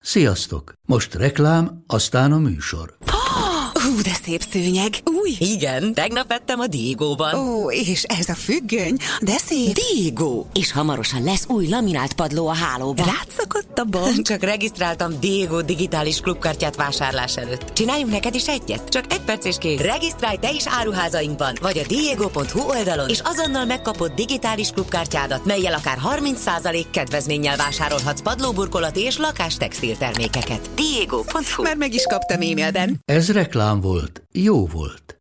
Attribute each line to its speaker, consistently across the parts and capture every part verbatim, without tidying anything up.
Speaker 1: Sziasztok! Most reklám, aztán a műsor.
Speaker 2: Hú, de szép szőnyeg. Új?
Speaker 3: Igen, tegnap vettem a Diegóban.
Speaker 2: Ó, és ez a függöny, de szép.
Speaker 3: Diegó! És hamarosan lesz új laminált padló a hálóban.
Speaker 2: Rátszakadt a bank.
Speaker 3: Csak regisztráltam Diegó digitális klubkártyát vásárlás előtt. Csináljunk neked is egyet? Csak egy perc és kész. Regisztrálj te is áruházainkban, vagy a diego pont hu oldalon, és azonnal megkapod digitális klubkártyádat, mellyel akár harminc százalék kedvezménnyel vásárolhatsz padlóburkolati és lakástextil termékeket. diego pont hu.
Speaker 2: Már meg is kaptam e-mailben.
Speaker 1: Ez reklám volt, jó volt.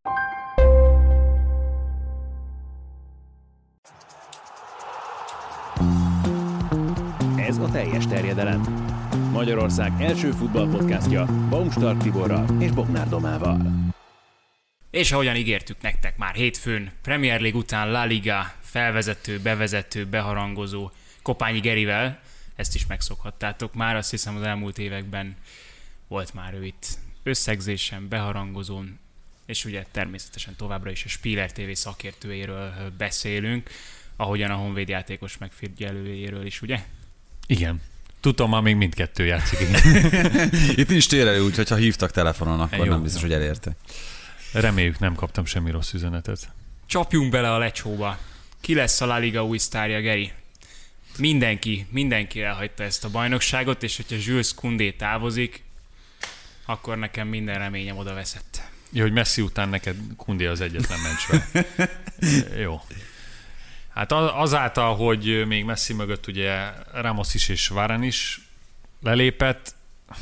Speaker 4: Ez a teljes terjedelem. Magyarország első futballpodcastja Baumstark Tiborral és Bognár Domával.
Speaker 5: És ahogyan ígértük nektek már hétfőn, Premier League után La Liga felvezető, bevezető, beharangozó Kopányi Gerivel, ezt is megszokhattátok már, azt hiszem az elmúlt években volt már ő itt összegzésen, beharangozón, és ugye természetesen továbbra is a Spiller té vé szakértőjéről beszélünk, ahogyan a Honvéd játékos megfigyelőjéről is, ugye?
Speaker 6: Igen. Tudom, már még mindkettő játszik.
Speaker 7: Itt nincs térelő, úgyhogy ha hívtak telefonon, akkor
Speaker 6: Jó,
Speaker 7: nem biztos, hogy elérte.
Speaker 6: Reméljük, nem kaptam semmi rossz üzenetet.
Speaker 5: Csapjunk bele a lecsóba. Ki lesz a La Liga új sztárja, Geri? Mindenki, mindenki elhagyta ezt a bajnokságot, és hogyha Jules Koundé távozik, akkor nekem minden reményem oda veszett.
Speaker 6: Jó, hogy Messi után neked Koundé az egyetlen mencsve. Jó. Hát azáltal, hogy még Messi mögött ugye Ramos is és Varane is lelépett,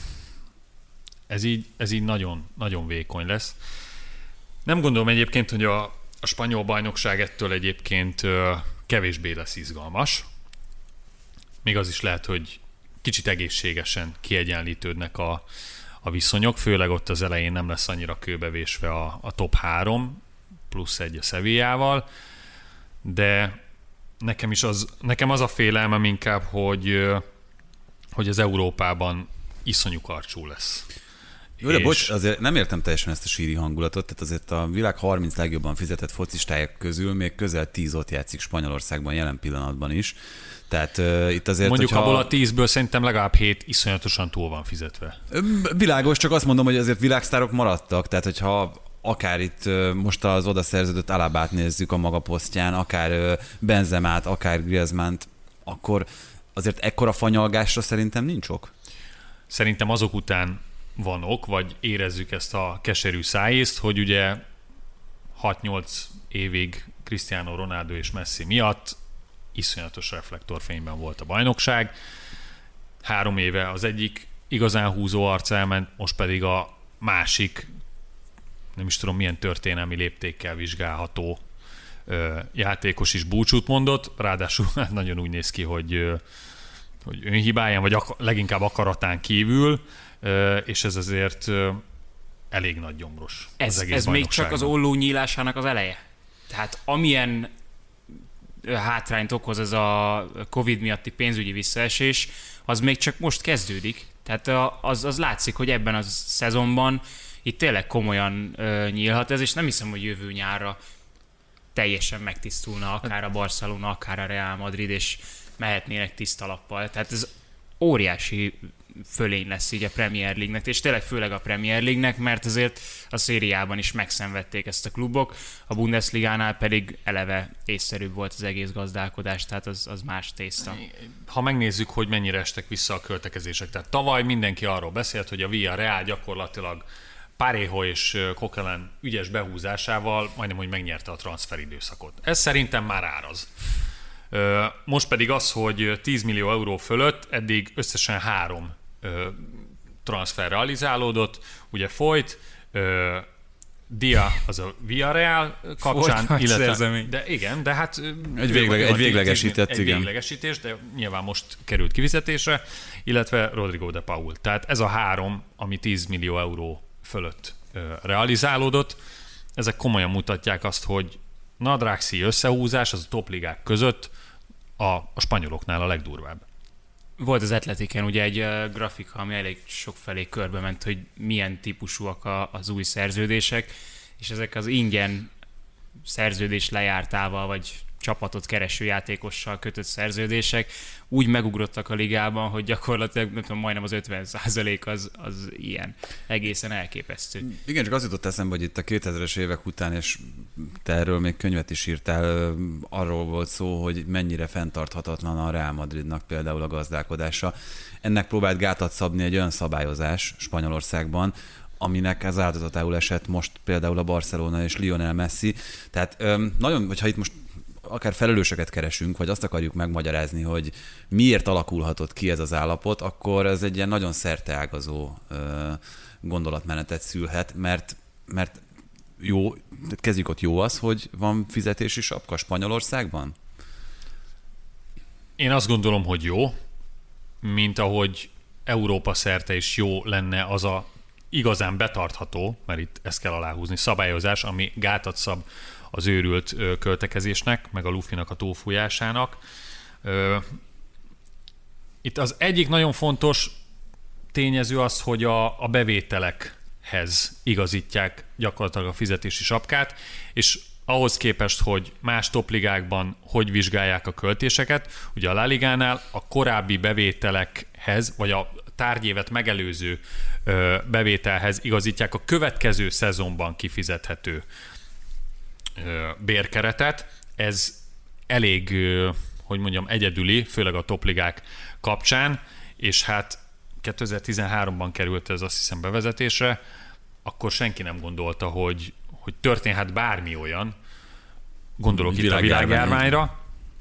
Speaker 6: ez így, ez így nagyon, nagyon vékony lesz. Nem gondolom egyébként, hogy a, a spanyol bajnokság ettől egyébként kevésbé lesz izgalmas. Még az is lehet, hogy kicsit egészségesen kiegyenlítődnek a, a viszonyok, főleg ott az elején nem lesz annyira kőbevésve a, a top három, plusz egy a Sevillával, de nekem is az, nekem az a félelmem inkább, hogy, hogy az Európában iszonyú karcsú lesz.
Speaker 7: Jó, de és... bocs, azért nem értem teljesen ezt a síri hangulatot, tehát azért a világ harminc legjobban fizetett focistáják közül még közel tíz ott játszik Spanyolországban jelen pillanatban is. Tehát uh, itt azért,
Speaker 6: mondjuk
Speaker 7: hogyha...
Speaker 6: abból a tízből szerintem legalább hét iszonyatosan túl van fizetve.
Speaker 7: Világos, csak azt mondom, hogy azért világsztárok maradtak, tehát hogyha akár itt most az odaszerződött Alabát nézzük a maga posztján, akár Benzemát, akár Griezmannt, akkor azért ekkora fanyalgásra szerintem nincs ok.
Speaker 6: Szerintem azok után van ok, vagy érezzük ezt a keserű szájészt, hogy ugye hat-nyolc évig Cristiano Ronaldo és Messi miatt iszonyatos reflektorfényben volt a bajnokság. Három éve az egyik igazán húzó arc elment, most pedig a másik, nem is tudom milyen történelmi léptékkel vizsgálható ö, játékos is búcsút mondott, ráadásul nagyon úgy néz ki, hogy, ö, hogy önhibáján, vagy ak- leginkább akaratán kívül, ö, és ez azért ö, elég nagy gyomros.
Speaker 5: Ez,
Speaker 6: az egész
Speaker 5: ez még csak az olló nyílásának az eleje. Tehát amilyen hátrányt okoz ez a Covid miatti pénzügyi visszaesés, az még csak most kezdődik. Tehát az, az látszik, hogy ebben a szezonban itt tényleg komolyan ö, nyílhat ez, és nem hiszem, hogy jövő nyárra teljesen megtisztulna akár a Barcelona, akár a Real Madrid, és mehetnének tiszta lappal. Tehát ez óriási fölény lesz így a Premier League-nek, és tényleg főleg a Premier League-nek, mert azért a szériában is megszenvedték ezt a klubok, a Bundesligánál pedig eleve észszerűbb volt az egész gazdálkodás, tehát az, az más tészta.
Speaker 6: Ha megnézzük, hogy mennyire estek vissza a költekezések, tehát tavaly mindenki arról beszélt, hogy a Villarreal gyakorlatilag Parejo és Coquelin ügyes behúzásával majdnem, hogy megnyerte a transferidőszakot. Ez szerintem már áraz. Most pedig az, hogy tíz millió euró fölött eddig összesen három transfer realizálódott, ugye folyt, Dia az a Villarreal kapcsán, illetve, de igen, de hát
Speaker 7: egy, végleg, egy véglegesített,
Speaker 6: egy
Speaker 7: igen.
Speaker 6: véglegesítés, de nyilván most került kifizetésre, illetve Rodrigo de Paul. Tehát ez a három, ami tíz millió euró fölött realizálódott, ezek komolyan mutatják azt, hogy nadrágszi összehúzás az a topligák között a, a spanyoloknál a legdurvább.
Speaker 5: Volt az Atletiken ugye egy uh, grafika, ami elég sokfelé körbe ment, hogy milyen típusúak a, az új szerződések, és ezek az ingyen szerződés lejártával, vagy csapatot kereső játékossal kötött szerződések úgy megugrottak a ligában, hogy gyakorlatilag nem tudom, majdnem az ötven százalék az, az ilyen. Egészen elképesztő.
Speaker 7: Igen, csak az jutott eszembe, hogy itt a kétezres évek után, és te erről még könyvet is írtál, arról volt szó, hogy mennyire fenntarthatatlan a Real Madridnak például a gazdálkodása. Ennek próbált gátat szabni egy olyan szabályozás Spanyolországban, aminek az áldozatául esett most például a Barcelona és Lionel Messi. Tehát nagyon, hogyha itt most akár felelősöket keresünk, vagy azt akarjuk megmagyarázni, hogy miért alakulhatott ki ez az állapot, akkor ez egy ilyen nagyon szerteágazó gondolatmenetet szülhet, mert, mert jó, kezdjük ott, jó az, hogy van fizetési sapka Spanyolországban?
Speaker 6: Én azt gondolom, hogy jó, mint ahogy Európa szerte is jó lenne az a igazán betartható, mert itt ezt kell aláhúzni, szabályozás, ami gátat szab az őrült költekezésnek, meg a lufinak a túlfújásának. Itt az egyik nagyon fontos tényező az, hogy a, a bevételekhez igazítják gyakorlatilag a fizetési sapkát, és ahhoz képest, hogy más topligákban hogy vizsgálják a költéseket, ugye a La Ligánál a korábbi bevételekhez, vagy a tárgyévet megelőző bevételhez igazítják a következő szezonban kifizethető bérkeretet. Ez elég, hogy mondjam, egyedüli, főleg a topligák kapcsán, és hát kétezer-tizenháromban került ez azt hiszem bevezetésre, akkor senki nem gondolta, hogy, hogy történhet bármi olyan, gondolok itt a világjárványra,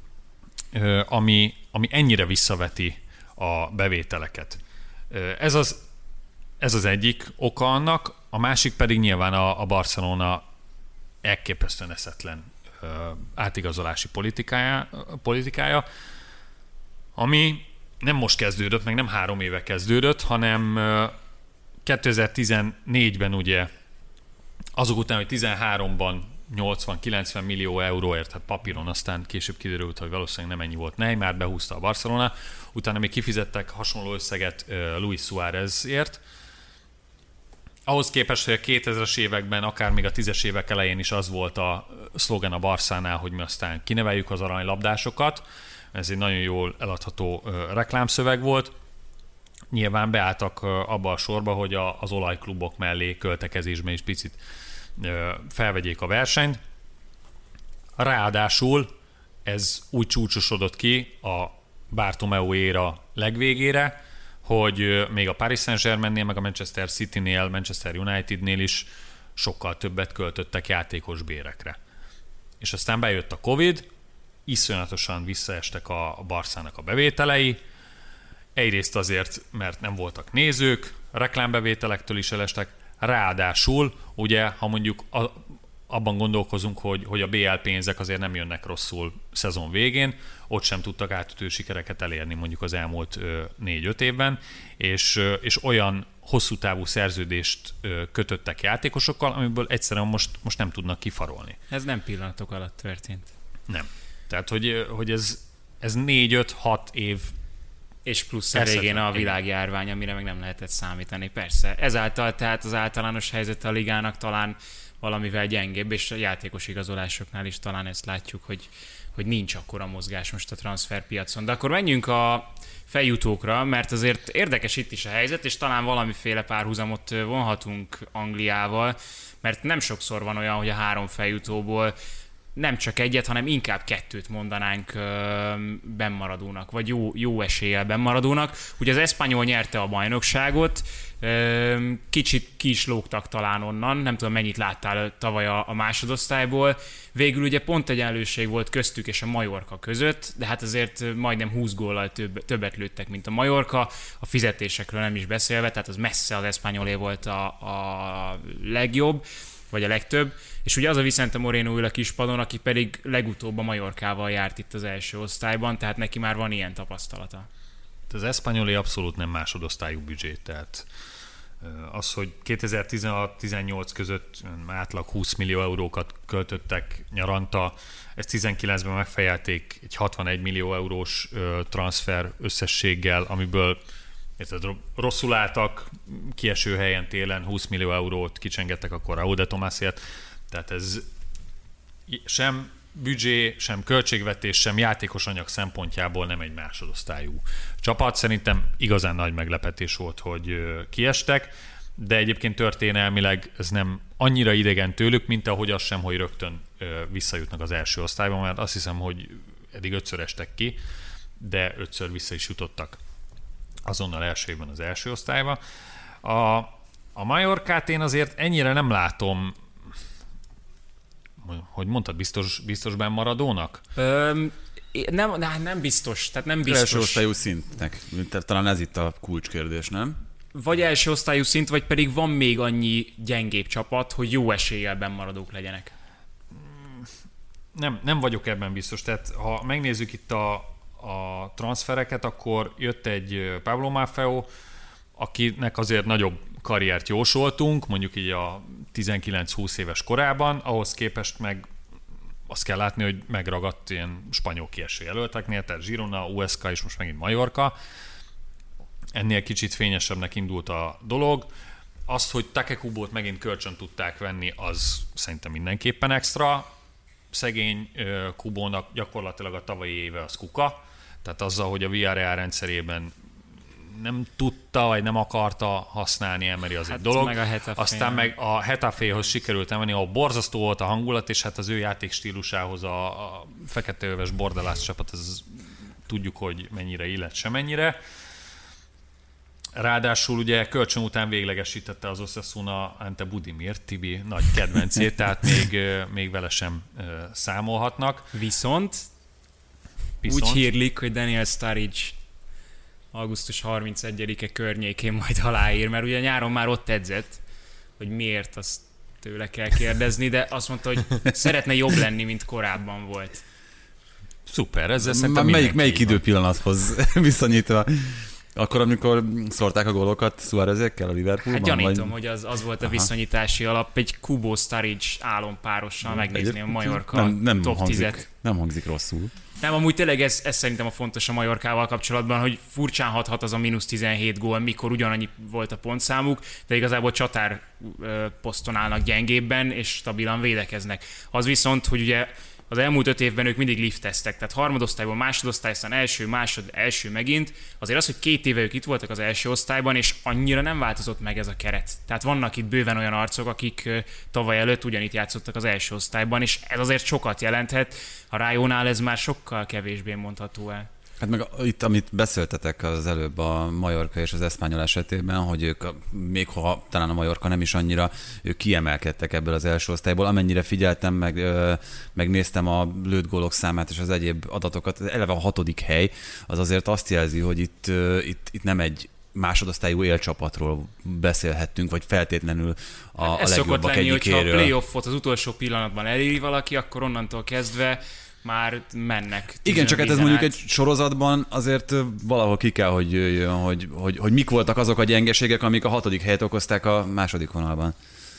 Speaker 6: ami, ami ennyire visszaveti a bevételeket. Ez az, ez az egyik oka annak, a másik pedig nyilván a, a Barcelona elképesztően eszetlen átigazolási politikája, politikája, ami nem most kezdődött, meg nem három éve kezdődött, hanem kétezer-tizennégyben ugye azok után, hogy tizenháromban nyolcvan-kilencven millió euróért, hát papíron aztán később kiderült, hogy valószínűleg nem ennyi volt. Neymar behúzta a Barcelona, utána még kifizettek hasonló összeget Luis Suárezért. Ahhoz képest, hogy a kétezres években, akár még a tízes évek elején is az volt a szlogen a Barszánál, hogy mi aztán kineveljük az aranylabdásokat. Ez egy nagyon jól eladható reklámszöveg volt. Nyilván beálltak abba a sorba, hogy az olajklubok mellé költekezésben is picit felvegyék a versenyt. Ráadásul ez úgy csúcsosodott ki a Bartomeu éra legvégére, hogy még a Paris Saint-Germainnél, meg a Manchester Citynél, Manchester Unitednél is sokkal többet költöttek játékos bérekre. És aztán bejött a Covid, iszonyatosan visszaestek a Barszának a bevételei, egyrészt azért, mert nem voltak nézők, reklámbevételektől is elestek, ráadásul, ugye, ha mondjuk a, abban gondolkozunk, hogy, hogy a bé el pénzek azért nem jönnek rosszul szezon végén, ott sem tudtak átütő sikereket elérni mondjuk az elmúlt négy-öt évben, és, és olyan hosszú távú szerződést kötöttek játékosokkal, amiből egyszerűen most, most nem tudnak kifarolni.
Speaker 5: Ez nem pillanatok alatt történt.
Speaker 6: Nem. Tehát, hogy, hogy ez, ez négy-öt-hat év.
Speaker 5: És plusz a végén a világjárvány, amire meg nem lehetett számítani. Persze. Ezáltal tehát az általános helyzet a ligának talán valamivel gyengébb, és a játékos igazolásoknál is talán ezt látjuk, hogy, hogy nincs akkora mozgás most a transferpiacon. De akkor menjünk a feljutókra, mert azért érdekes itt is a helyzet, és talán valamiféle párhuzamot vonhatunk Angliával, mert nem sokszor van olyan, hogy a három feljutóból nem csak egyet, hanem inkább kettőt mondanánk bennmaradónak, vagy jó, jó eséllyel bennmaradónak. Ugye az Espanyol nyerte a bajnokságot, kicsit ki is lógtak talán onnan, nem tudom mennyit láttál tavaly a, a másodosztályból. Végül ugye pont egyenlőség volt köztük és a Majorka között, de hát azért majdnem húsz góllal több, többet lőttek, mint a Majorka, a fizetésekről nem is beszélve, tehát az messze az Espanyolé volt a, a legjobb, vagy a legtöbb. És ugye az a Vicente Moreno ül a kispadon, aki pedig legutóbb a Majorkával járt itt az első osztályban, tehát neki már van ilyen tapasztalata.
Speaker 6: Az Espanyolé abszolút nem másodosztályú büdzsé, tehát az, hogy kétezer-tizenhat-tizennyolc között átlag húsz millió eurókat költöttek nyaranta, ezt tizenkilencben megfejelték egy hatvanegy millió eurós transfer összességgel, amiből érted, rosszul álltak, kieső helyen télen húsz millió eurót kicsengettek akkor Raúl de Tomásért, tehát ez sem büdzsé, sem költségvetés, sem játékos anyag szempontjából nem egy másodosztályú csapat. Szerintem igazán nagy meglepetés volt, hogy kiestek, de egyébként történelmileg ez nem annyira idegen tőlük, mint ahogy az sem, hogy rögtön visszajutnak az első osztályba, mert azt hiszem, hogy eddig ötször estek ki, de ötször vissza is jutottak azonnal első évben az első osztályba. A, a Mallorcát én azért ennyire nem látom, hogy mondtad, biztos, biztos benn maradónak?
Speaker 5: Öm, nem, nem biztos, tehát nem biztos.
Speaker 7: Első osztályú szintnek. Talán ez itt a kulcskérdés, nem?
Speaker 5: Vagy első osztályú szint, vagy pedig van még annyi gyengébb csapat, hogy jó eséllyel bennmaradók legyenek.
Speaker 6: Nem, nem vagyok ebben biztos. Tehát ha megnézzük itt a, a transfereket, akkor jött egy Pablo Maffeo, akinek azért nagyobb karriert jósoltunk, mondjuk így a tizenkilenc-húsz éves korában, ahhoz képest meg azt kell látni, hogy megragadt ilyen spanyol kieső jelölteknél, tehát Girona, u es ká és most megint Mallorca. Ennél kicsit fényesebbnek indult a dolog. Azt, hogy Take Kubót megint kölcsön tudták venni, az szerintem mindenképpen extra. Szegény Kubónak gyakorlatilag a tavalyi éve az kuka, tehát azzal, hogy a Villarreal rendszerében nem tudta, vagy nem akarta használni, emeri az hát egy dolog.
Speaker 5: Meg
Speaker 6: Aztán meg a Hetaféhoz sikerült emelni, ahol borzasztó volt a hangulat, és hát az ő játékstílusához a, a feketeöves bordalász csapat, az tudjuk, hogy mennyire illet, semennyire. Ráadásul ugye kölcsön után véglegesítette az Osasuna Ante Budimir, Tibi nagy kedvencét, tehát még, még vele sem számolhatnak.
Speaker 5: Viszont,
Speaker 6: Viszont
Speaker 5: úgy hírlik, hogy Daniel Sturridge augusztus harmincegyedike környékén majd aláír, mert ugye nyáron már ott edzett, hogy miért, azt tőle kell kérdezni, de azt mondta, hogy szeretne jobb lenni, mint korábban volt.
Speaker 6: Szuper, ezzel szerintem
Speaker 7: melyik, melyik időpillanathoz viszonyítva? Akkor, amikor szórták a gólokat Suárezékkel a Liverpoolban?
Speaker 5: Hát gyanítom,
Speaker 7: vagy...
Speaker 5: hogy az, az volt a viszonyítási alap, egy Kubo Sturridge álompárossal megnézni a Mallorca
Speaker 7: nem, nem
Speaker 5: top
Speaker 7: hangzik,
Speaker 5: tízet.
Speaker 7: Nem hangzik rosszul.
Speaker 5: Nem, amúgy tényleg ez, ez szerintem a fontos a Mallorcával kapcsolatban, hogy furcsán hathat az a mínusz tizenhét gól, mikor ugyanannyi volt a pontszámuk, de igazából csatár poszton állnak gyengébben, és stabilan védekeznek. Az viszont, hogy ugye az elmúlt öt évben ők mindig lifteztek, tehát harmadosztályból másodosztály, aztán első, másod, első megint. Azért az, hogy két éve ők itt voltak az első osztályban, és annyira nem változott meg ez a keret. Tehát vannak itt bőven olyan arcok, akik tavaly előtt ugyanitt játszottak az első osztályban, és ez azért sokat jelenthet. A Rajónál ez már sokkal kevésbé mondható el.
Speaker 7: Hát meg itt, amit beszéltetek az előbb a Mallorca és az Espanyol esetében, hogy ők, még ha talán a Mallorca nem is annyira, ők kiemelkedtek ebből az első osztályból, amennyire figyeltem, meg, megnéztem a lőtt gólok számát és az egyéb adatokat, eleve a hatodik hely, az azért azt jelzi, hogy itt, itt, itt nem egy másodosztályú élcsapatról beszélhettünk, vagy feltétlenül a, a legjobbak egyikéről.
Speaker 5: Ez szokott lenni, hogyha a playoffot az utolsó pillanatban eléri valaki, akkor onnantól kezdve már mennek.
Speaker 7: Igen, csak hát ez mondjuk egy sorozatban azért valahol ki kell, hogy jöjjön, hogy, hogy, hogy mik voltak azok a gyengeségek, amik a hatodik helyet okozták a második vonalban.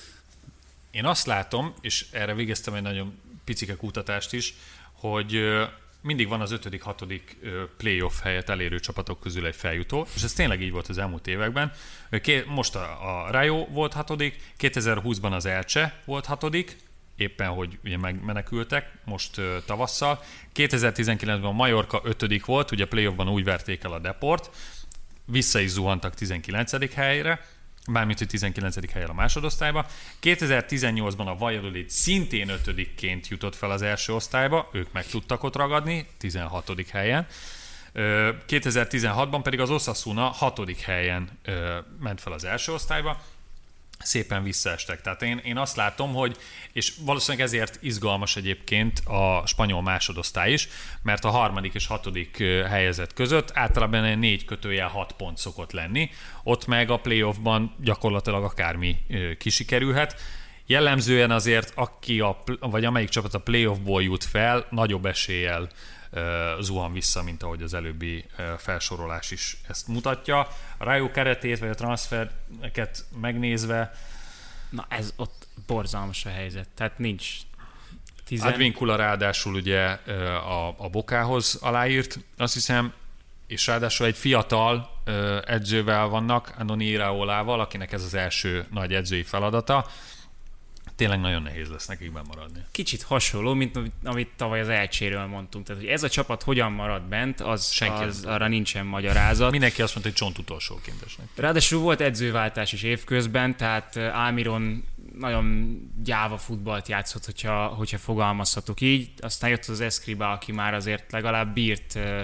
Speaker 6: Én azt látom, és erre végeztem egy nagyon picike kutatást is, hogy mindig van az ötödik, hatodik playoff helyet elérő csapatok közül egy feljutó, és ez tényleg így volt az elmúlt években. Most a, a Rayo volt hatodik, kétezer-húszban az Elche volt hatodik, éppen, hogy ugye megmenekültek most uh, tavasszal. kétezer-tizenkilencben a Mallorca ötödik volt, ugye playoffban úgy verték el a Deport, vissza is zuhantak tizenkilencedik helyre, mármint, hogy tizenkilencedik helyen a másodosztályba. kétezer-tizennyolcban a Valladolid szintén ötödikként jutott fel az első osztályba, ők meg tudtak ott ragadni, tizenhatodik helyen. kétezer-tizenhatban pedig az Osasuna hatodik helyen uh, ment fel az első osztályba, szépen visszaestek. Tehát én, én azt látom, hogy, és valószínűleg ezért izgalmas egyébként a spanyol másodosztály is, mert a harmadik és hatodik helyezett között általában négy kötőjel hat pont szokott lenni, ott meg a playoffban gyakorlatilag akármi kisikerülhet. Jellemzően azért, aki a, vagy amelyik csapat a playoffból jut fel, nagyobb eséllyel zuhan vissza, mint ahogy az előbbi felsorolás is ezt mutatja. A Rayo keretét, vagy a transfereket megnézve...
Speaker 5: Na ez ott borzalmas a helyzet, tehát nincs... Tizen...
Speaker 6: Advíncula ráadásul ugye a, a Bokához aláírt, azt hiszem, és ráadásul egy fiatal edzővel vannak, Andoni Iraolával, akinek ez az első nagy edzői feladata. Tényleg nagyon nehéz lesz nekik bemaradni.
Speaker 5: Kicsit hasonló, mint amit tavaly az Elcséről mondtunk. Tehát, hogy ez a csapat hogyan marad bent, az,
Speaker 6: Senki
Speaker 5: az arra nincsen magyarázat.
Speaker 6: Mindenki azt mondta, hogy csont utolsóként esnek.
Speaker 5: Ráadásul volt edzőváltás is évközben, tehát Almiron nagyon gyáva futballt játszott, hogyha, hogyha fogalmazhatok így. Aztán jött az Escribá, aki már azért legalább bírt uh,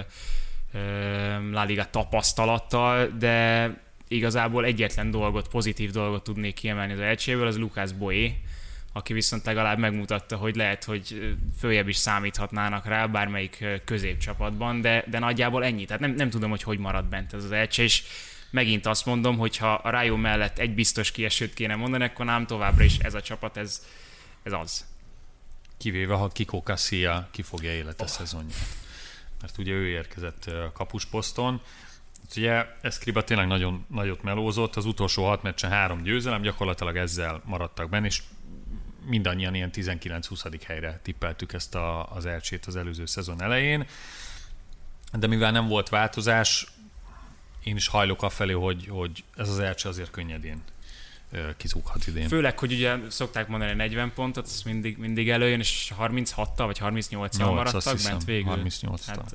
Speaker 5: uh, La Liga tapasztalattal, de igazából egyetlen dolgot, pozitív dolgot tudnék kiemelni az Elcséből, az Lucas Boé, aki viszont legalább megmutatta, hogy lehet, hogy följebb is számíthatnának rá bármelyik középcsapatban, de, de nagyjából ennyi. Tehát nem, nem tudom, hogy hogy marad bent ez az Elche, és megint azt mondom, hogy ha a Rayo mellett egy biztos kiesőt kéne mondani, akkor nem továbbra is ez a csapat, ez, ez az.
Speaker 6: Kivéve, ha Kiko Casilla ki fogja élete oh. szezonját. Mert ugye ő érkezett kapusposzton. Ugye Escribá tényleg nagyon nagyot melózott, az utolsó hat meccsen három győzelem, gyakorlatilag ezzel maradtak benne, és mindannyian ilyen tizenkilenc-huszadik helyre tippeltük ezt a, az Elcsét az előző szezon elején. De mivel nem volt változás, én is hajlok afelé, hogy, hogy ez az Elcse azért könnyedén kizúghat idén.
Speaker 5: Főleg, hogy ugye szokták mondani negyven pontot, az mindig, mindig előjön, és harminchattal vagy harmincnyolccal maradtak bent végül.
Speaker 6: harmincnyolccal. Hát,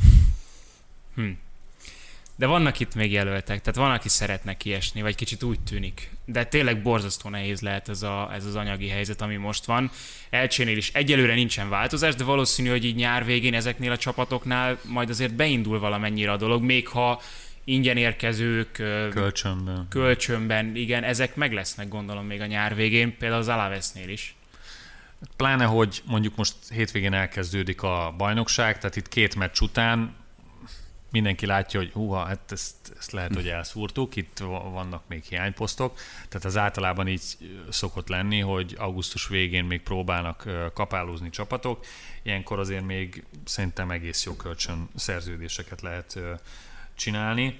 Speaker 5: hm. De vannak itt még jelöltek, tehát van, aki szeretne kiesni, vagy kicsit úgy tűnik. De tényleg borzasztó nehéz lehet ez, a, ez az anyagi helyzet, ami most van. Elcsénél is egyelőre nincsen változás, de valószínű, hogy így nyár végén ezeknél a csapatoknál majd azért beindul valamennyire a dolog, még ha ingyen érkezők,
Speaker 6: kölcsönben.
Speaker 5: kölcsönben, igen, ezek meg lesznek, gondolom, még a nyár végén, például az Alavesnél is.
Speaker 6: Pláne, hogy mondjuk most hétvégén elkezdődik a bajnokság, tehát itt két meccs után mindenki látja, hogy húha, hát ezt, ezt lehet, hogy elszúrtuk, itt vannak még hiányposztok, tehát az általában így szokott lenni, hogy augusztus végén még próbálnak kapálózni csapatok, ilyenkor azért még szerintem egész jó kölcsön szerződéseket lehet csinálni.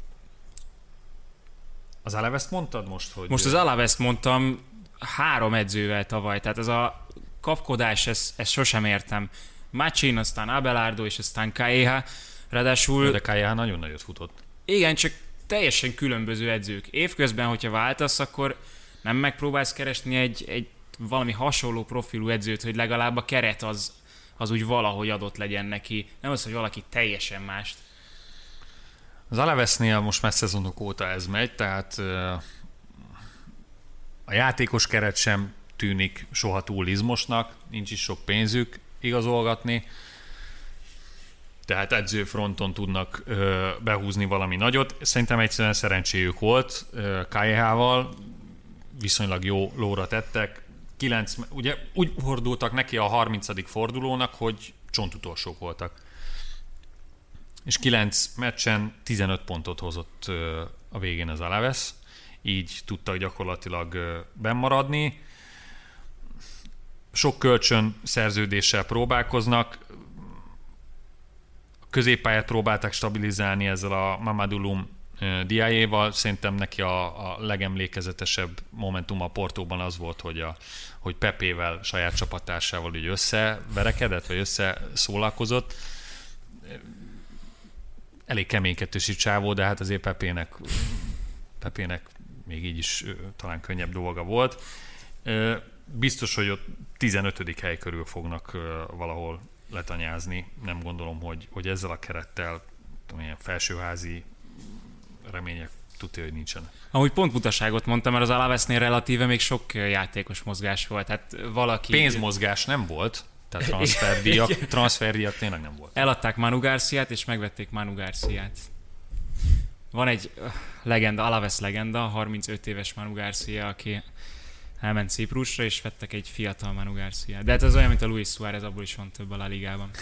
Speaker 6: Az Alavest mondtad most, hogy...
Speaker 5: Most az Alavest mondtam három edzővel tavaly, tehát ez a kapkodás, ezt, ezt sosem értem. Machin, aztán Abelardo, és aztán Calleja, ráadásul...
Speaker 6: De Calleja nagyon nagyot futott.
Speaker 5: Igen, csak teljesen különböző edzők. Évközben, hogyha váltasz, akkor nem megpróbálsz keresni egy, egy valami hasonló profilú edzőt, hogy legalább a keret az, az úgy valahogy adott legyen neki. Nem az, hogy valaki teljesen mást.
Speaker 6: Az Alavesnél most már szezonok óta ez megy, tehát a játékos keret sem tűnik soha túl izmosnak, nincs is sok pénzük igazolgatni, tehát edzőfronton tudnak behúzni valami nagyot. Szerintem egyszerűen szerencséjük volt Callejával, viszonylag jó lóra tettek. Kilenc, ugye úgy fordultak neki a harmincadik fordulónak, hogy csontutolsók voltak. És kilenc meccsen tizenöt pontot hozott a végén az Alaves, így tudtak gyakorlatilag bennmaradni. Sok kölcsön szerződéssel próbálkoznak, a középpályát próbálták stabilizálni ezzel a Mamadou Diayéval. Szerintem neki a, a legemlékezetesebb momentum a Portóban az volt, hogy, a, hogy Pepével, saját csapattársával így összeverekedett, vagy összeszólalkozott. Elég keménykettős csávó, de hát azért Pepének, Pepének még így is talán könnyebb dolga volt. Biztos, hogy ott tizenötödik hely körül fognak valahol letanyázni. Nem gondolom, hogy, hogy ezzel a kerettel tudom, ilyen felsőházi remények tudja, hogy nincsenek.
Speaker 5: Amúgy pont butaságot mondtam, mert az Alavesnél relatíve még sok játékos mozgás volt. Hát valaki...
Speaker 6: Pénzmozgás nem volt, tehát transferdíjak, transferdíjak tényleg nem volt.
Speaker 5: Eladták Manu Garciát, és megvették Manu Garciát. Van egy legenda, Alaves legenda, harmincöt éves Manu Garcia, aki elment Ciprusra, és vettek egy fiatal Manu Garciát. De hát ez olyan, mint a Luis Suárez, abból is van több a La Ligában.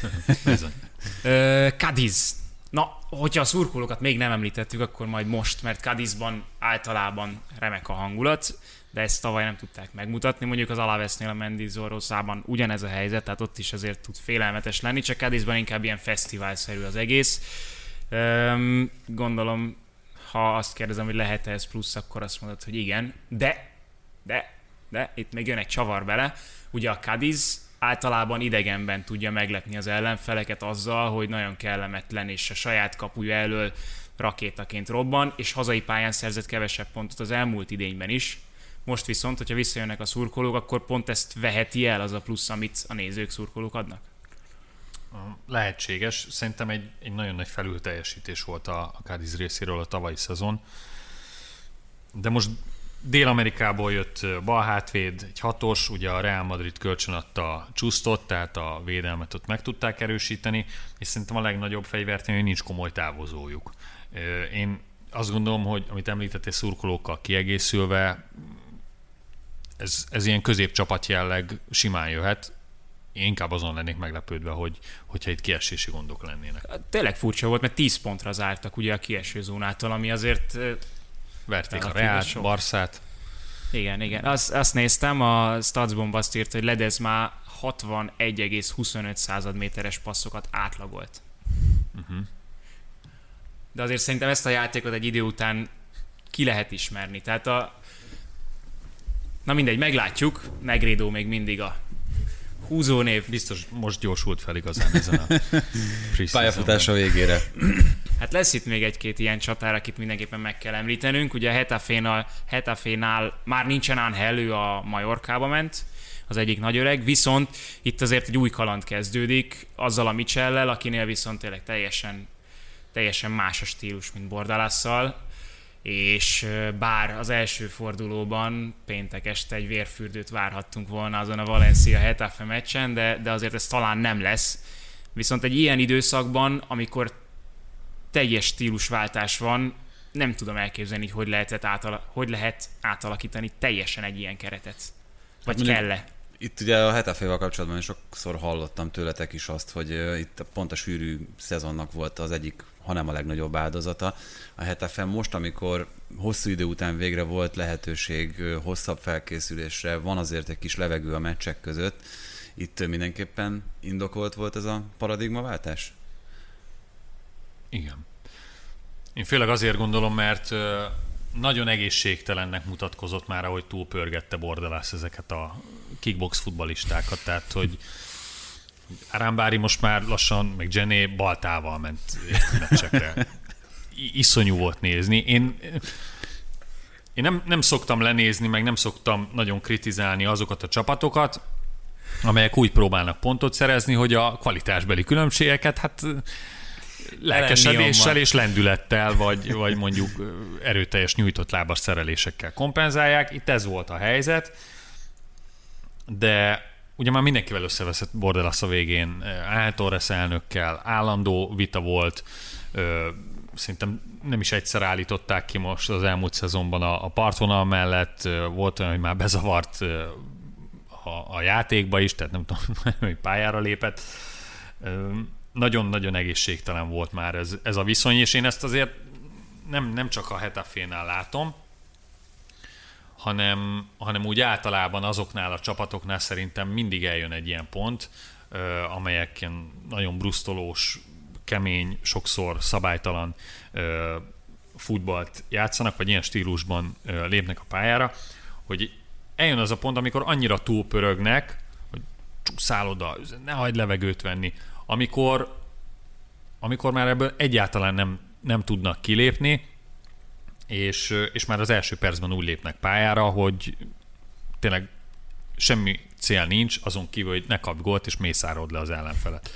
Speaker 5: Cadiz. Na, hogyha a szurkolókat még nem említettük, akkor majd most, mert Cadizban általában remek a hangulat, de ezt tavaly nem tudták megmutatni. Mondjuk az Alavesnél a Mendizorrosában ugyanez a helyzet, tehát ott is azért tud félelmetes lenni, csak Cadizban inkább ilyen fesztiválszerű az egész. Üm, gondolom, ha azt kérdezem, hogy lehet-e ez plusz, akkor azt mondod, hogy igen, de, de, de, itt még jön egy csavar bele. Ugye a Cadiz általában idegenben tudja meglepni az ellenfeleket azzal, hogy nagyon kellemetlen és a saját kapuja elől rakétaként robban, és hazai pályán szerzett kevesebb pontot az elmúlt idényben is, Most viszont, hogyha visszajönnek a szurkolók, akkor pont ezt veheti el az a plusz, amit a nézők, szurkolók adnak?
Speaker 6: Lehetséges. Szerintem egy, egy nagyon nagy felülteljesítés volt a, a Cádiz részéről a tavalyi szezon. De most Dél-Amerikából jött balhátvéd, egy hatos, ugye a Real Madrid kölcsönadta a Csusztot, tehát a védelmet ott meg tudták erősíteni, és szerintem a legnagyobb fegyvertény, hogy nincs komoly távozójuk. Én azt gondolom, hogy amit említettél, szurkolókkal kiegészülve, ez, ez ilyen középcsapat jelleg simán jöhet. Én inkább azon lennék meglepődve, hogy, hogyha itt kiesési gondok lennének.
Speaker 5: Tényleg furcsa volt, mert tíz pontra zártak ugye a kieső zónától, ami azért...
Speaker 6: Verték a Reált, Barszát.
Speaker 5: Igen, igen. Azt, azt néztem, a Statsbomb azt írt, hogy Ledezma hatvanegy egész huszonöt század méteres passzokat átlagolt. Uh-huh. De azért szerintem ezt a játékot egy idő után ki lehet ismerni. Tehát a... Na mindegy, meglátjuk. Negredo még mindig a húzónév.
Speaker 6: Biztos most gyorsult fel igazán ezen a
Speaker 7: pályafutása végére.
Speaker 5: Hát lesz itt még egy-két ilyen csatár, akit mindenképpen meg kell említenünk. Ugye a Getafénál, Getafénál már nincsen Ángel, ő a Mallorcába ment, az egyik nagy öreg, viszont itt azért egy új kaland kezdődik, azzal a Michellel, akinél viszont tényleg teljesen, teljesen más a stílus, mint Bordalásszal, és bár az első fordulóban péntek este egy vérfürdőt várhattunk volna azon a Valencia-Getafe meccsen, de, de azért ez talán nem lesz. Viszont egy ilyen időszakban, amikor teljes stílusváltás van, nem tudom elképzelni, hogy, lehetett átala- hogy lehet átalakítani teljesen egy ilyen keretet. Vagy hát kell-e?
Speaker 7: Itt ugye a Getaféval kapcsolatban sokszor hallottam tőletek is azt, hogy uh, itt pont a sűrű szezonnak volt az egyik, hanem a legnagyobb áldozata. A Getafe most, amikor hosszú idő után végre volt lehetőség uh, hosszabb felkészülésre, van azért egy kis levegő a meccsek között, itt uh, mindenképpen indokolt volt ez a paradigmaváltás?
Speaker 6: Igen. Én főleg azért gondolom, mert nagyon egészségtelennek mutatkozott már, ahogy túlpörgette Bordalász ezeket a kickbox futballistákat, tehát hogy Arambári most már lassan, meg Gené baltával ment meccsekre. Iszonyú volt nézni. Én, én nem, nem szoktam lenézni, meg nem szoktam nagyon kritizálni azokat a csapatokat, amelyek úgy próbálnak pontot szerezni, hogy a kvalitásbeli különbségeket, hát lelkesedéssel és lendülettel, vagy, vagy mondjuk erőteljes nyújtott lábas szerelésekkel kompenzálják. Itt ez volt a helyzet, de ugye már mindenkivel összeveszett Bordalász a végén, Ángel Torres elnökkel, állandó vita volt, szerintem nem is egyszer állították ki most az elmúlt szezonban a, a partvonal mellett, volt olyan, hogy már bezavart a, a játékba is, tehát nem tudom, hogy pályára lépett. Nagyon-nagyon egészségtelen volt már ez, ez a viszony, és én ezt azért nem, nem csak a Getafénál látom, hanem, hanem úgy általában azoknál a csapatoknál szerintem mindig eljön egy ilyen pont, amelyek ilyen nagyon brusztolós, kemény, sokszor szabálytalan futballt játszanak, vagy ilyen stílusban lépnek a pályára, hogy eljön az a pont, amikor annyira túlpörögnek, hogy csúszál oda, ne hagyd levegőt venni, amikor, amikor már ebből egyáltalán nem, nem tudnak kilépni, és, és már az első percben úgy lépnek pályára, hogy tényleg semmi cél nincs, azon kívül, hogy ne kapj gólt, és mészárod le az ellenfelet.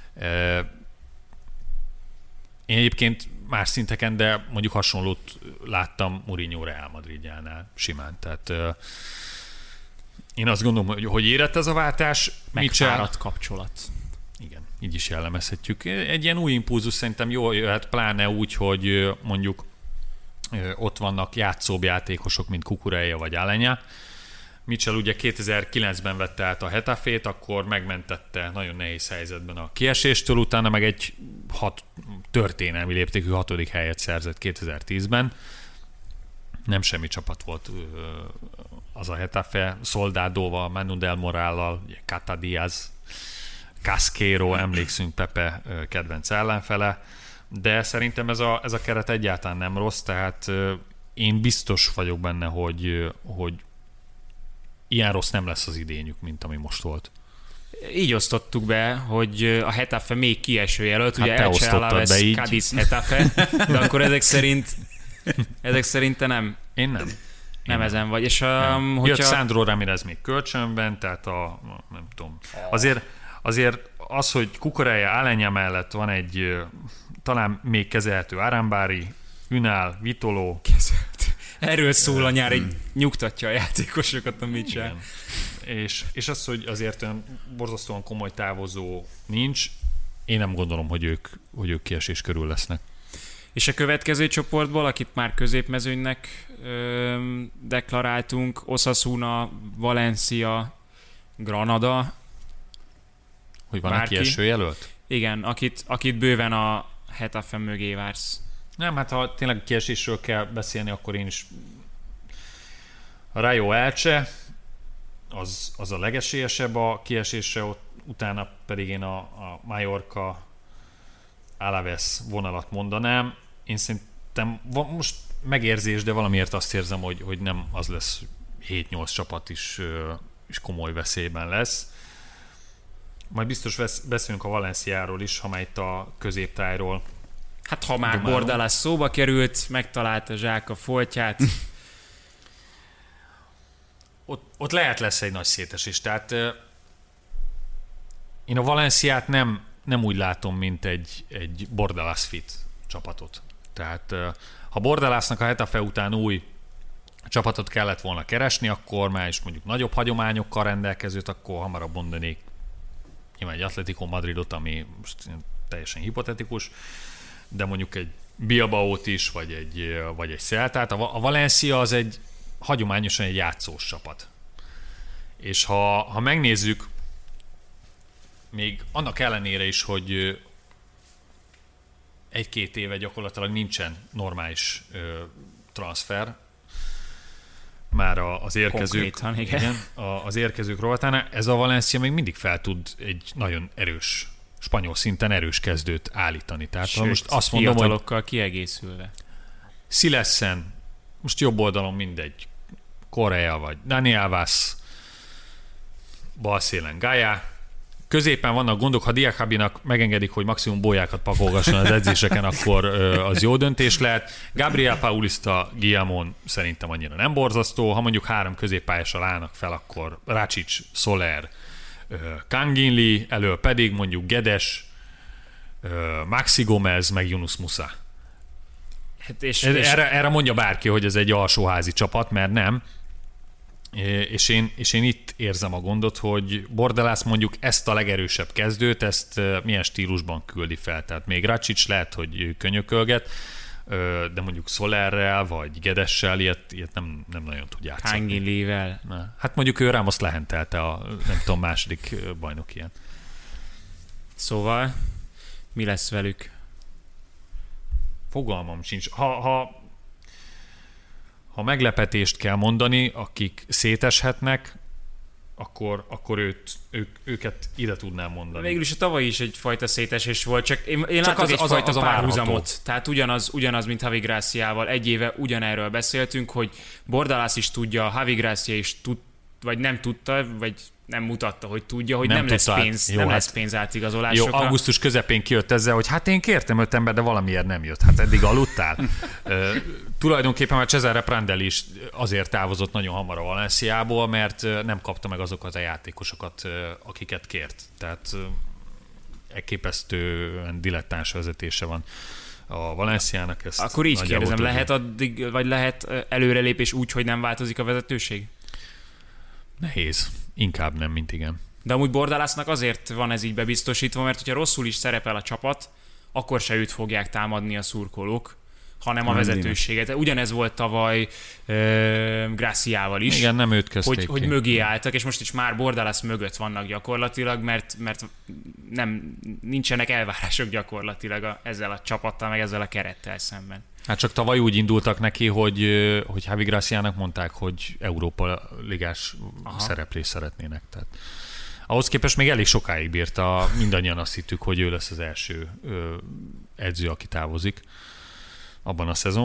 Speaker 6: Én egyébként más szinteken, de mondjuk hasonlót láttam Mourinho Real Madridjánál simán. Tehát én azt gondolom, hogy, hogy érett ez a váltás.
Speaker 5: Megfáradt kapcsolat.
Speaker 6: Igen, így is jellemezhetjük. Egy ilyen új impulzus szerintem jól jöhet, pláne úgy, hogy mondjuk ott vannak játszóbb játékosok, mint Cucurella vagy Aleñá. Mitchell ugye kétezer-kilencben vette át a Getafét, akkor megmentette nagyon nehéz helyzetben a kieséstől, utána meg egy hat, történelmi léptékű hatodik helyet szerzett kétezer-tízben. Nem semmi csapat volt az a Getafe, Soldadóval, Manu del Morállal, Cata Diaz, Casquero, emlékszünk Pepe kedvenc ellenfele, de szerintem ez a, ez a keret egyáltalán nem rossz, tehát én biztos vagyok benne, hogy, hogy ilyen rossz nem lesz az idényük, mint ami most volt.
Speaker 5: Így osztottuk be, hogy a Getafe még kieső jelölt, hát ugye
Speaker 6: Elche Alavés,
Speaker 5: Cádiz, Getafe, de akkor ezek szerint ezek szerint te nem.
Speaker 6: Én nem.
Speaker 5: Nem
Speaker 6: Én
Speaker 5: ezen vagy. És
Speaker 6: nem.
Speaker 5: um,
Speaker 6: Hogyha...
Speaker 5: hogyha...
Speaker 6: Jött Sandro Ramirez még kölcsönben, tehát a, nem tudom. Azért, azért az, hogy Cucurella Aleñá mellett van egy ö, talán még kezelhető Arambari, Ünal, Vitolo.
Speaker 5: Erről szól a nyár, egy nyugtatja a játékosokat a Mitchell.
Speaker 6: És, és az, hogy azért olyan borzasztóan komoly távozó nincs, én nem gondolom, hogy ők, hogy ők kiesés körül lesznek.
Speaker 5: És a következő csoportból, akit már középmezőnynek ö, deklaráltunk, Osasuna, Valencia, Granada.
Speaker 6: Hogy van
Speaker 5: Bárki?
Speaker 6: egy kieső jelölt?
Speaker 5: Igen, akit, akit bőven a Hetafe mögé vársz.
Speaker 6: Nem, hát ha tényleg kiesésről kell beszélni, akkor én is a Rayo Elche, az, az a legesélyesebb a kiesésre, ott, utána pedig én a, a Mallorca Alaves vonalat mondanám. Én szerintem most megérzés, de valamiért azt érzem, hogy, hogy nem az lesz, hét-nyolc csapat is, is komoly veszélyben lesz. Majd biztos vesz, beszélünk a Valenciáról is, ha már itt a középtájról.
Speaker 5: Hát ha már
Speaker 6: Domálom.
Speaker 5: Bordalás szóba került, megtalálta Zsák a foltját.
Speaker 6: Ott, ott lehet lesz egy nagy szétesés. Tehát euh, én a Valenciát nem, nem úgy látom, mint egy, egy Bordalás fit csapatot. Tehát euh, ha Bordalásnak a Hetafe után új csapatot kellett volna keresni, akkor már is mondjuk nagyobb hagyományokkal rendelkezőt, akkor hamarabb mondanék nyilván egy Atletico Madridot, ami most teljesen hipotetikus, de mondjuk egy Bilbaót is, vagy egy, vagy egy Celtát. A Valencia az egy hagyományosan egy játszós csapat. És ha, ha megnézzük, még annak ellenére is, hogy egy-két éve gyakorlatilag nincsen normális ö, transfer, már az érkezők,
Speaker 5: Konkrétan, igen.
Speaker 6: igen, az érkezők rovatánál, ez a Valencia még mindig fel tud egy nagyon erős, spanyol szinten erős kezdőt állítani. Tehát
Speaker 5: Sőt,
Speaker 6: most azt mondom, hogy
Speaker 5: fiatalokkal kiegészülve.
Speaker 6: Szileszen, most jobb oldalon mindegy, Correa vagy Dani Alves, bal szélen Gaia, középen vannak gondok, ha Diakabinak megengedik, hogy maximum bolyákat pakolgasson az edzéseken, akkor az jó döntés lehet. Gabriel Paulista, Guillamon szerintem annyira nem borzasztó. Ha mondjuk három középpályással állnak fel, akkor Racic, Soler, Kanginli, elől pedig mondjuk Gedes, Maxi Gomez, meg Yunus Musa.
Speaker 5: Hát és,
Speaker 6: És
Speaker 5: és
Speaker 6: erre, erre mondja bárki, hogy ez egy alsóházi csapat, mert nem. És én, és én itt érzem a gondot, hogy Bordalás mondjuk ezt a legerősebb kezdőt, ezt milyen stílusban küldi fel. Tehát még Racic lehet, hogy könyökölget, de mondjuk Solerrel vagy Gedessel ilyet, ilyet nem, nem nagyon tud játszani.
Speaker 5: Kanginlivel.
Speaker 6: Hát mondjuk ő Ramos lehentelte a nem tudom, második bajnok ilyen.
Speaker 5: Szóval mi lesz velük?
Speaker 6: Fogalmam sincs. Ha, ha, ha meglepetést kell mondani, akik széteshetnek, akkor, akkor őt, ők, őket ide tudnám mondani.
Speaker 5: Végül is a tavaly is egyfajta szétesés volt, csak én, én
Speaker 6: Csak
Speaker 5: látok
Speaker 6: az- az a-
Speaker 5: egyfajta
Speaker 6: az a
Speaker 5: párhuzamot.
Speaker 6: várható.
Speaker 5: Tehát ugyanaz, ugyanaz, mint Javi Graciával. Egy éve ugyanerről beszéltünk, hogy Bordalás is tudja, Javi Gracia is tud, vagy nem tudta, vagy nem mutatta, hogy tudja, hogy
Speaker 6: Nem
Speaker 5: nem, lesz
Speaker 6: tudta át-
Speaker 5: pénz,
Speaker 6: jó,
Speaker 5: nem
Speaker 6: hát-
Speaker 5: lesz pénz
Speaker 6: Jó,
Speaker 5: átigazolásokra.
Speaker 6: augusztus közepén kijött ezzel, hogy hát én kértem öt ember, de valamiért nem jött. Hát eddig aludtál. Ö, tulajdonképpen már Cesare Prandelli is azért távozott nagyon hamar a Valenciából, mert ö, nem kapta meg azokat a játékosokat, ö, akiket kért. Tehát ö, elképesztően dilettáns vezetése van a Valenciának. Ezt
Speaker 5: Akkor így
Speaker 6: nagyjából
Speaker 5: kérdezem,
Speaker 6: tudjuk.
Speaker 5: lehet, addig, vagy lehet előrelépés úgy, hogy nem változik a vezetőség?
Speaker 6: Nehéz. Inkább nem, mint igen.
Speaker 5: De amúgy Bordalásznak azért van ez így bebiztosítva, mert hogyha rosszul is szerepel a csapat, akkor se őt fogják támadni a szurkolók, hanem a
Speaker 6: Nem,
Speaker 5: vezetőséget. Ugyanez volt tavaly uh, Graciával is.
Speaker 6: Igen, nem őt kezdték
Speaker 5: hogy,
Speaker 6: ki.
Speaker 5: hogy mögé álltak, és most is már Bordalász mögött vannak gyakorlatilag, mert, mert nem, nincsenek elvárások gyakorlatilag a, ezzel a csapattal, meg ezzel a kerettel szemben.
Speaker 6: Hát csak tavaly úgy indultak neki, hogy, hogy Javi Graciának mondták, hogy Európa ligás
Speaker 5: Aha.
Speaker 6: szereplést szeretnének. Tehát ahhoz képest még elég sokáig bírta, mindannyian azt hittük, hogy ő lesz az első ö, edző, aki távozik abban a szezonban, még ahhoz képest Voró bedobásával elég sokat vártak.
Speaker 5: Szóval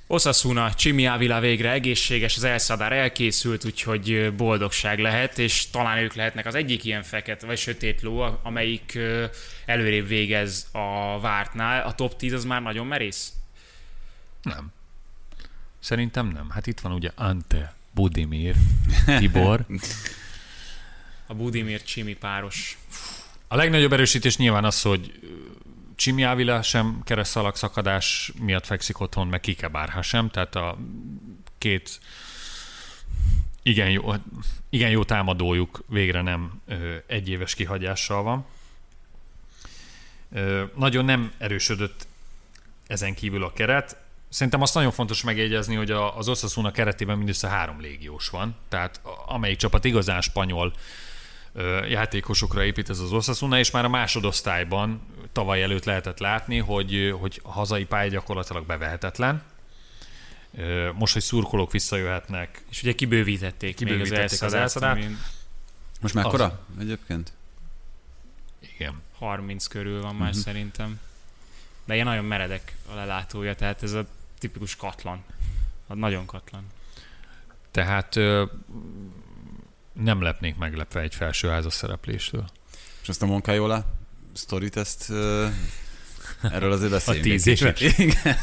Speaker 5: Osasuna, Chimi Ávila végre egészséges, az El Sadar elkészült, úgyhogy boldogság lehet, és talán ők lehetnek az egyik ilyen fekete vagy sötét ló, amelyik előrébb végez a vártnál. A top tíz az már nagyon merész?
Speaker 6: Nem. Szerintem nem. Hát itt van ugye Ante, Budimir, Tibor.
Speaker 5: A Budimir-Chimi páros.
Speaker 6: A legnagyobb erősítés nyilván az, hogy Chimi Ávila sem keresztszalag szakadás miatt fekszik otthon, meg Kike Bárha sem, tehát a két igen jó, igen jó támadójuk végre nem ö, egyéves kihagyással van. Ö, nagyon nem erősödött ezen kívül a keret. Szerintem azt nagyon fontos megjegyezni, hogy a, az Osasuna keretében mindössze három légiós van, tehát amelyik csapat igazán spanyol játékosokra épít ez az Osasuna, és már a másodosztályban tavaly előtt lehetett látni, hogy, hogy a hazai pálya gyakorlatilag bevehetetlen. Most, hogy szurkolók visszajöhetnek.
Speaker 5: És ugye kibővítették,
Speaker 6: kibővítették
Speaker 5: még az elszadát.
Speaker 7: Most mekkora az... egyébként?
Speaker 6: Igen.
Speaker 5: harminc körül van már uh-huh. szerintem. De ilyen nagyon meredek a lelátója, tehát ez a tipikus katlan. A nagyon katlan.
Speaker 6: Tehát nem lepnék meglepve egy felsőházas szerepléstől.
Speaker 7: És azt a Moncayola sztorit, ezt uh, erről azért beszéljünk.
Speaker 6: A tíz éves? Igen.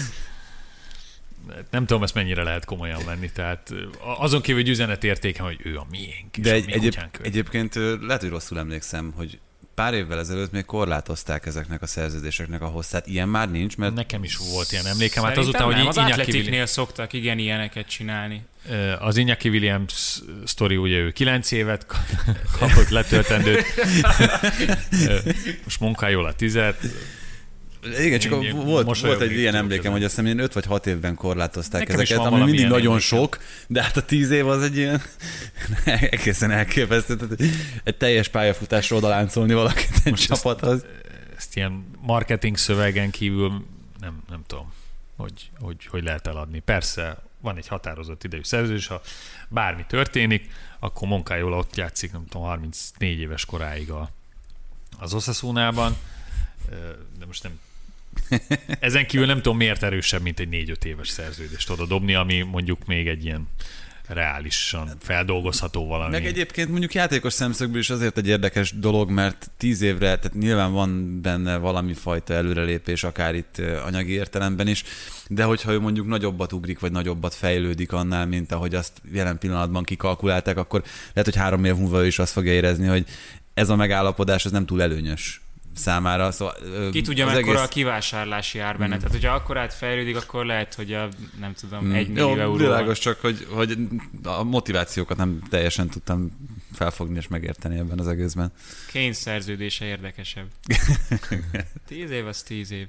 Speaker 6: Nem tudom, ezt mennyire lehet komolyan venni, tehát azon kívül, hogy üzenetértéken, hogy ő a miénk.
Speaker 7: De egy, egyéb, egyébként lehet, hogy rosszul emlékszem, hogy pár évvel ezelőtt még korlátozták ezeknek a szerződéseknek a hosszát. Ilyen már nincs, mert...
Speaker 6: Nekem is volt ilyen emlékem. Hát
Speaker 5: azután,
Speaker 6: hogy
Speaker 5: nem, az Atletiknél szoktak igen ilyeneket csinálni.
Speaker 6: Az Iñaki Williams sztori, ugye ő kilenc évet kapott letöltendőt. Most Moncayola tízet.
Speaker 7: Igen, csak én, volt, volt egy ilyen emlékem, hogy azt hiszem én öt vagy hat évben korlátozták
Speaker 6: nekem
Speaker 7: ezeket, ami mindig nagyon emlékem. Sok, de hát a tíz év az egy ilyen egészen elképesztő. Egy teljes pályafutásra odaláncolni valakit egy most csapathoz.
Speaker 6: Ezt, ezt ilyen marketing szövegen kívül nem, nem tudom, hogy, hogy, hogy lehet eladni. Persze van egy határozott idejű szerződés, ha bármi történik, akkor Moncayola ott játszik, nem tudom, harmincnégy éves koráig a, az Osasunában. De most nem ezen kívül nem tudom, miért erősebb, mint egy négy-öt éves szerződést oda dobni, ami mondjuk még egy ilyen reálisan feldolgozható valami.
Speaker 7: Meg egyébként mondjuk játékos szemszögből is azért egy érdekes dolog, mert tíz évre, tehát nyilván van benne valami fajta előrelépés, akár itt anyagi értelemben is, de hogyha ő mondjuk nagyobbat ugrik, vagy nagyobbat fejlődik annál, mint ahogy azt jelen pillanatban kikalkulálták, akkor lehet, hogy három év múlva ő is azt fogja érezni, hogy ez a megállapodás az nem túl előnyös számára. Szóval,
Speaker 5: ki tudja, mekkora egész... a kivásárlási ár benne. Mm. Tehát, hogyha akkor átfejlődik, akkor lehet, hogy a, nem tudom, mm. egy millió euró.
Speaker 7: Világos, csak hogy, hogy a motivációkat nem teljesen tudtam felfogni és megérteni ebben az egészben.
Speaker 5: Kane szerződése érdekesebb. Tíz év, az tíz év.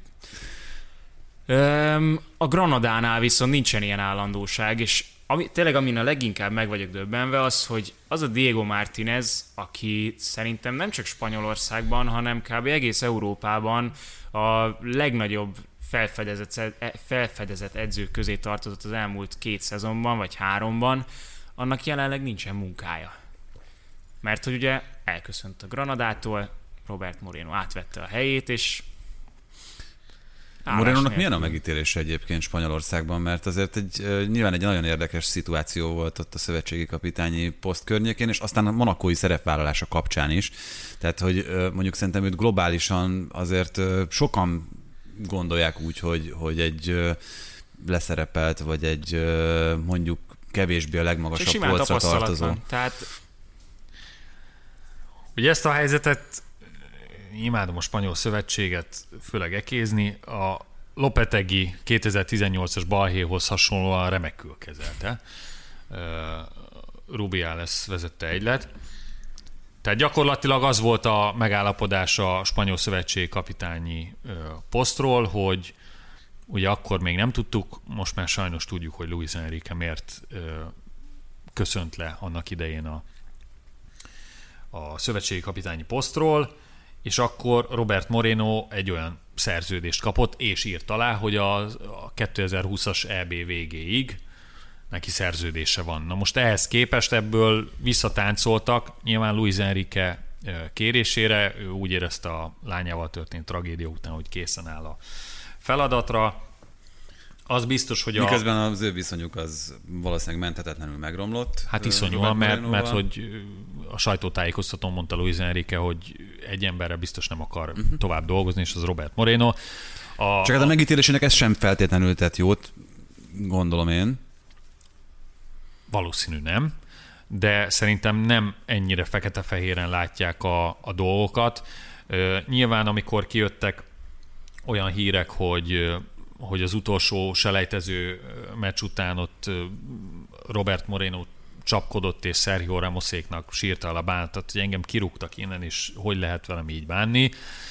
Speaker 5: Öm, a Granadánál viszont nincsen ilyen állandóság, és ami, tényleg amin a leginkább meg vagyok döbbenve az, hogy az a Diego Martínez, aki szerintem nem csak Spanyolországban, hanem kb. Egész Európában a legnagyobb felfedezett, felfedezett edzők közé tartozott az elmúlt két szezonban, vagy háromban, annak jelenleg nincsen munkája. Mert hogy ugye elköszönt a Granadától, Robert Moreno átvette a helyét, és
Speaker 7: Morenónak milyen a megítélése egyébként Spanyolországban, mert azért egy, nyilván egy nagyon érdekes szituáció volt ott a szövetségi kapitányi poszt környékén, és aztán a monakói szerepvállalása kapcsán is. Tehát, hogy mondjuk szerintem őt globálisan azért sokan gondolják úgy, hogy, hogy egy leszerepelt, vagy egy mondjuk kevésbé a legmagasabb polcra tartozó.
Speaker 5: Tehát...
Speaker 6: Ugye ezt a helyzetet imádom a spanyol szövetséget főleg ekézni, a Lopetegi kétezer-tizennyolcas balhéhoz hasonlóan remekül kezelte. Rubiales vezette egylet. Tehát gyakorlatilag az volt a megállapodás a spanyol szövetség kapitányi posztról, hogy ugye akkor még nem tudtuk, most már sajnos tudjuk, hogy Luis Enrique miért köszönt le annak idején a, a szövetségi kapitányi posztról, és akkor Robert Moreno egy olyan szerződést kapott, és írt alá, hogy a, a kétezer-húszas é bé végéig neki szerződése van. Na most ehhez képest ebből visszatáncoltak, nyilván Luis Enrique kérésére, ő úgy érezte a lányával történt tragédia után, hogy készen áll a feladatra. Az biztos, hogy a...
Speaker 7: Miközben az ő viszonyuk az valószínűleg menthetetlenül megromlott.
Speaker 6: Hát iszonyúan, mert, mert hogy a sajtótájékoztatón mondta Luis Enrique, hogy egy emberre biztos nem akar uh-huh. tovább dolgozni, és az Robert Moreno. A,
Speaker 7: Csak hát a megítélésének ez sem feltétlenül tett jót, gondolom én.
Speaker 6: Valószínű nem, de szerintem nem ennyire fekete-fehéren látják a, a dolgokat. Nyilván, amikor kijöttek olyan hírek, hogy hogy az utolsó selejtező meccs után ott Robert Moreno csapkodott, és Sergio Ramoséknak sírta a bántat, hogy engem kirúgtak innen, és hogy lehet velem így bánni.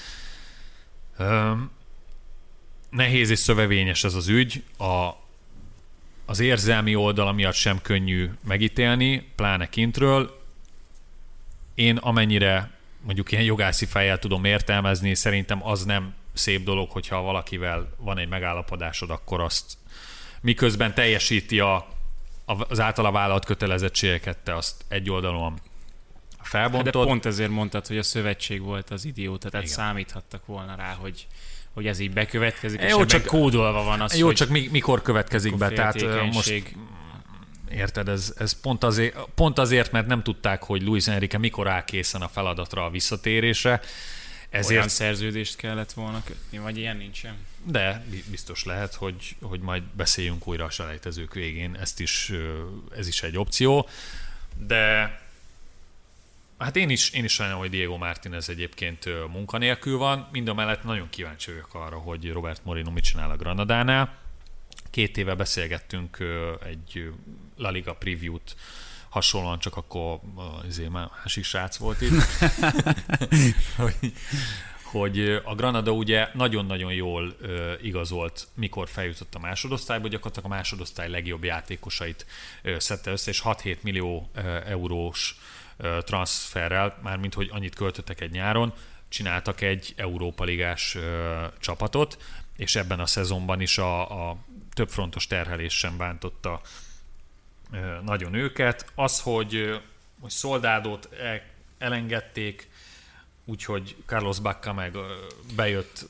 Speaker 6: Nehéz és szövevényes ez az ügy. A, az érzelmi oldala miatt sem könnyű megítélni, pláne kintről. Én amennyire mondjuk ilyen jogászi fejjel tudom értelmezni, szerintem az nem szép dolog, hogyha valakivel van egy megállapodásod, akkor azt miközben teljesíti a, az általa vállalt kötelezettségeket, te azt egy oldalon felbontod.
Speaker 5: De pont ezért mondtad, hogy a szövetség volt az idióta, tehát
Speaker 6: igen.
Speaker 5: Számíthattak volna rá, hogy, hogy ez így bekövetkezik, és
Speaker 6: jó,
Speaker 5: ebben
Speaker 6: csak
Speaker 5: kódolva van az,
Speaker 6: jó,
Speaker 5: hogy
Speaker 6: csak mi, mikor következik be, tehát most érted, ez, ez pont, azért, pont azért, mert nem tudták, hogy Luis Enrique mikor áll készen a feladatra, a visszatérésre. Ezért...
Speaker 5: Olyan szerződést kellett volna kötni, vagy ilyen nincsen?
Speaker 6: De biztos lehet, hogy, hogy majd beszéljünk újra a selejtezők végén, ezt is, ez is egy opció, de hát én is, én is sajnálom, hogy Diego Martínez egyébként munkanélkül van, mindamellett nagyon kíváncsi vagyok arra, hogy Robert Moreno mit csinál a Granadánál. Két éve beszélgettünk egy La Liga preview-t, hasonlóan, csak akkor azért már másik srác volt itt, hogy, hogy a Granada ugye nagyon-nagyon jól ö, igazolt, mikor feljutott a másodosztályba, gyakorlatilag a másodosztály legjobb játékosait ö, szedte össze, és hat-hét millió ö, eurós ö, transferrel, mármint hogy annyit költöttek egy nyáron, csináltak egy Európa ligás ö, csapatot, és ebben a szezonban is a, a többfrontos terhelés sem bántotta nagyon őket. Az, hogy, hogy Soldadót elengedték, úgyhogy Carlos Bacca meg bejött,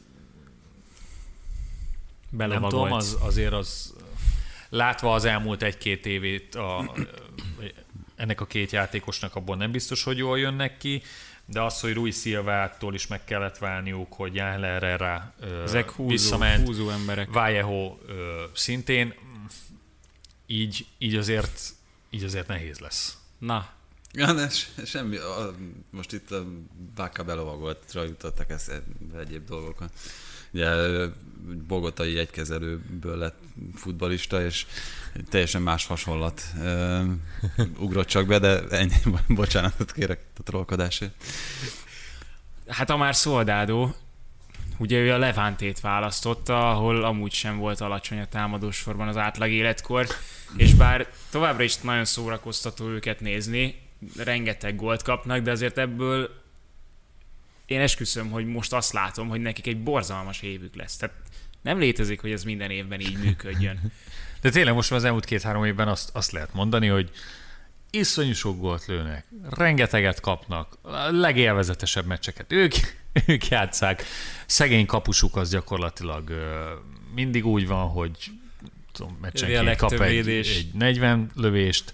Speaker 6: nem tudom, az, azért az látva az elmúlt egy-két évét a, ennek a két játékosnak abból nem biztos, hogy jól jönnek ki, de az, hogy Rui Silvától is meg kellett válniuk, hogy Jan Herrera
Speaker 5: ezek húzó,
Speaker 6: visszament,
Speaker 5: húzó emberek.
Speaker 6: Vallejo szintén, így, így, azért, így azért nehéz lesz.
Speaker 5: Na.
Speaker 7: Ja, ne, semmi. A, most itt a Bacca belovagoltra jutottak ezt egyéb dolgokon. Ugye bogotai egykezelőből lett futballista, és teljesen más hasonlat uh, ugrott csak be, de ennyi, bocsánatot kérek a trollkodásért.
Speaker 5: Hát a már Soldado, ugye ő a Levantét választotta, ahol amúgy sem volt alacsony a támadósorban az átlag életkor, és bár továbbra is nagyon szórakoztató őket nézni, rengeteg gólt kapnak, de azért ebből én esküszöm, hogy most azt látom, hogy nekik egy borzalmas évük lesz. Tehát nem létezik, hogy ez minden évben így működjön.
Speaker 6: De tényleg most már az elmúlt két-három évben azt, azt lehet mondani, hogy iszonyú sok gólt lőnek, rengeteget kapnak, a legélvezetesebb meccseket ők, ők játsszák. Szegény kapusuk az gyakorlatilag mindig úgy van, hogy tudom, meccsenként kap egy, egy negyven lövést.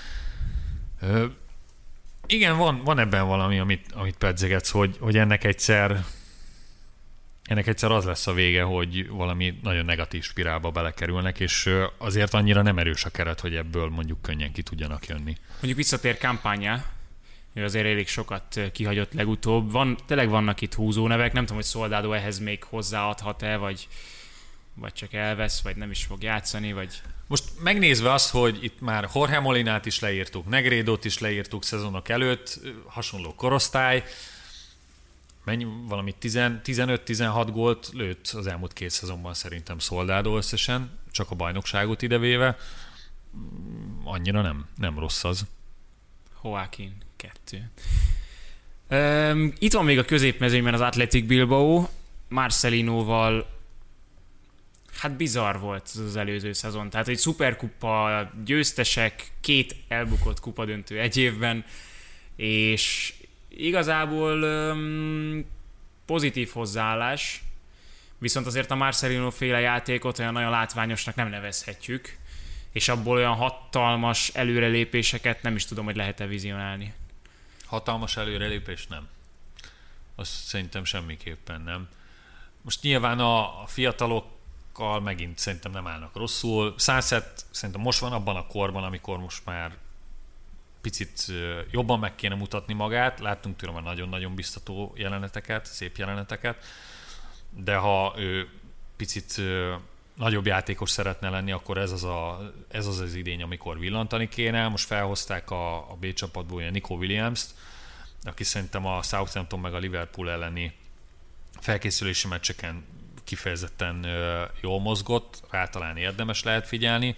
Speaker 6: Igen, van, van ebben valami, amit, amit pedzegetsz, hogy, hogy ennek egyszer ennek egyszer az lesz a vége, hogy valami nagyon negatív spirálba belekerülnek, és azért annyira nem erős a keret, hogy ebből mondjuk könnyen ki tudjanak jönni.
Speaker 5: Mondjuk visszatér kampánya, ő azért elég sokat kihagyott legutóbb. Van, tényleg vannak itt húzó nevek, nem tudom, hogy Soldado ehhez még hozzáadhat-e, vagy, vagy csak elvesz, vagy nem is fog játszani, vagy...
Speaker 6: Most megnézve azt, hogy itt már Jorge Molinát is leírtuk, Negredót is leírtuk szezonok előtt, hasonló korosztály, mennyi, valami tizenöt-tizenhat gólt lőtt az elmúlt két szezonban szerintem Soldado összesen, csak a bajnokságot idevéve. Annyira nem, nem rossz az.
Speaker 5: Joaquin, kettő. Um, itt van még a középmezőnyben az Athletic Bilbao, Marcelinóval. Hát bizarr volt az, az előző szezon. Tehát egy szuperkupa győztesek, két elbukott kupadöntő egy évben, és igazából um, pozitív hozzáállás, viszont azért a Marcelino féle játékot olyan nagyon látványosnak nem nevezhetjük, és abból olyan hatalmas előrelépéseket nem is tudom, hogy lehet-e vizionálni.
Speaker 6: Hatalmas előrelépés nem. Azt szerintem semmiképpen nem. Most nyilván a, a fiatalokkal megint szerintem nem állnak rosszul. Sunset szerintem most van abban a korban, amikor most már picit jobban meg kéne mutatni magát. Láttunk tőle már nagyon-nagyon biztató jeleneteket, szép jeleneteket, de ha ő picit nagyobb játékos szeretne lenni, akkor ez az, a, ez az az idény, amikor villantani kéne. Most felhozták a, a B csapatból ilyen Nico Williams-t, aki szerintem a Southampton meg a Liverpool elleni felkészülési meccseken kifejezetten jól mozgott, rá talán érdemes lehet figyelni,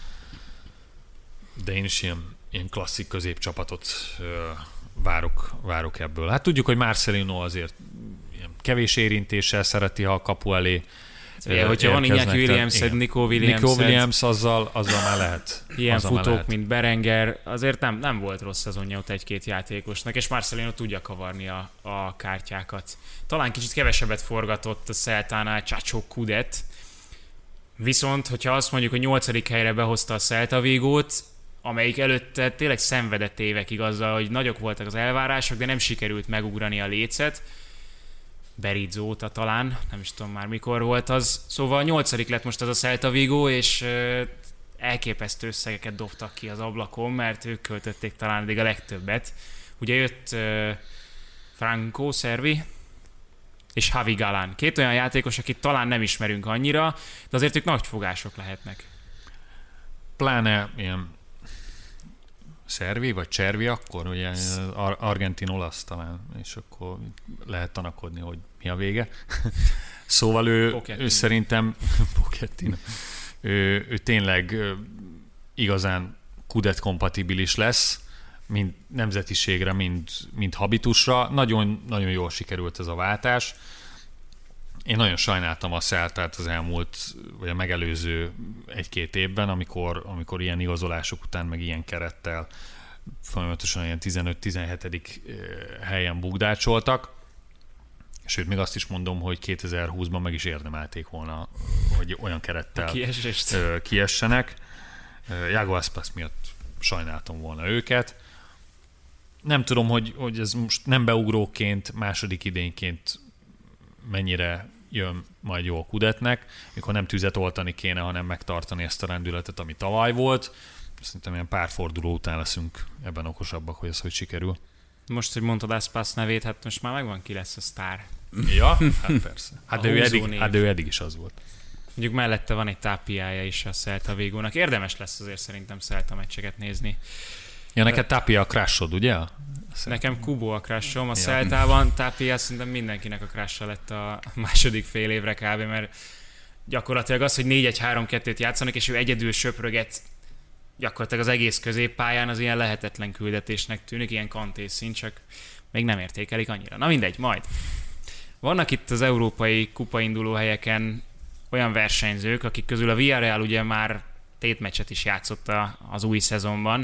Speaker 6: de én is ilyen, ilyen klasszik középcsapatot várok, várok ebből. Hát tudjuk, hogy Marcelino azért ilyen kevés érintéssel szereti, ha a kapu elé
Speaker 5: Ja, hogyha van Iñaki Williams-ed, Nico Williams-ed,
Speaker 6: Nico Williams, azzal, azzal már lehet.
Speaker 5: Ilyen
Speaker 6: azzal
Speaker 5: futók,
Speaker 6: lehet.
Speaker 5: mint Berenger, azért nem, nem volt rossz szezonja ott egy-két játékosnak, és Marcelino tudja kavarni a, a kártyákat. Talán kicsit kevesebbet forgatott a Celtánál Chacho Kudet, viszont, hogyha azt mondjuk, hogy nyolcadik helyre behozta a Celta Vigót, amelyik előtte tényleg szenvedett évekig azzal, hogy nagyok voltak az elvárások, de nem sikerült megugrani a lécet, Berizzo óta talán, nem is tudom már mikor volt az. Szóval nyolcadik lett most az a Celta Vigo, és elképesztő összegeket dobtak ki az ablakon, mert ők költötték talán eddig a legtöbbet. Ugye jött Franco Servi és Javi Galán. Két olyan játékos, akit talán nem ismerünk annyira, de azért ők nagy fogások lehetnek.
Speaker 6: Pláne ilyen Szervi, vagy Cservi akkor, ugye ar- argentin-olasz talán, és akkor lehet tanakodni, hogy mi a vége. Szóval ő, ő szerintem Pochettino, ő, ő tényleg igazán Kudet kompatibilis lesz, mind nemzetiségre, mind, mind habitusra. Nagyon, nagyon jól sikerült ez a váltás. Én nagyon sajnáltam a Celtát az elmúlt, vagy a megelőző egy-két évben, amikor, amikor ilyen igazolások után, meg ilyen kerettel folyamatosan ilyen tizenöt-tizenhetedik helyen bugdácsoltak. Sőt, még azt is mondom, hogy kétezer-húszban meg is érdemelték volna, hogy olyan kerettel kiessenek. Iago Aspas miatt sajnáltam volna őket. Nem tudom, hogy, hogy ez most nem beugróként, második idényként mennyire jön majd jó a Kudetnek, mikor nem tüzet oltani kéne, hanem megtartani ezt a rendületet, ami tavaly volt. Szerintem ilyen pár forduló után leszünk ebben okosabbak, hogy ez hogy sikerül.
Speaker 5: Most, hogy mondtad Aspas nevét, hát most már megvan, ki lesz a sztár.
Speaker 6: Ja, hát persze. Hát, de ő, eddig, hát ő eddig is az volt.
Speaker 5: Mondjuk mellette van egy tápiája is a Celta Vigónak. Érdemes lesz azért szerintem Celta meccseket nézni.
Speaker 6: Ja, neked Tapia a crushod, ugye?
Speaker 5: Nekem Kubo a crushom, a Celtában Tapia szerintem mindenkinek a crusha lett a második fél évre kb, mert gyakorlatilag az, hogy négy egy három kettőt játszanak, és ő egyedül söpröget gyakorlatilag az egész középpályán, az ilyen lehetetlen küldetésnek tűnik, ilyen Kanté szint, csak még nem értékelik annyira. Na mindegy, majd. Vannak itt az európai kupainduló helyeken olyan versenyzők, akik közül a Villarreal ugye már tétmeccset is játszott az új szezonban.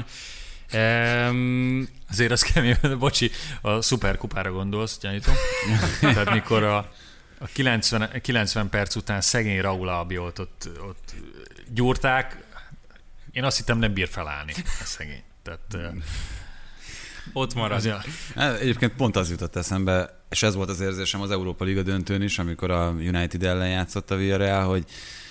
Speaker 5: Um,
Speaker 6: Azért az kemény, bocsi, a szuperkupára gondolsz, gyanítom. Tehát mikor a, a kilencven, kilencven perc után szegény Raúl Albiót ott, ott gyúrták, én azt hittem nem bír felállni a szegény. Tehát,
Speaker 5: ott marad.
Speaker 6: Azért...
Speaker 7: Egyébként pont az jutott eszembe, és ez volt az érzésem az Európa Liga döntőn is, amikor a United ellen játszott a Villarreal, hogy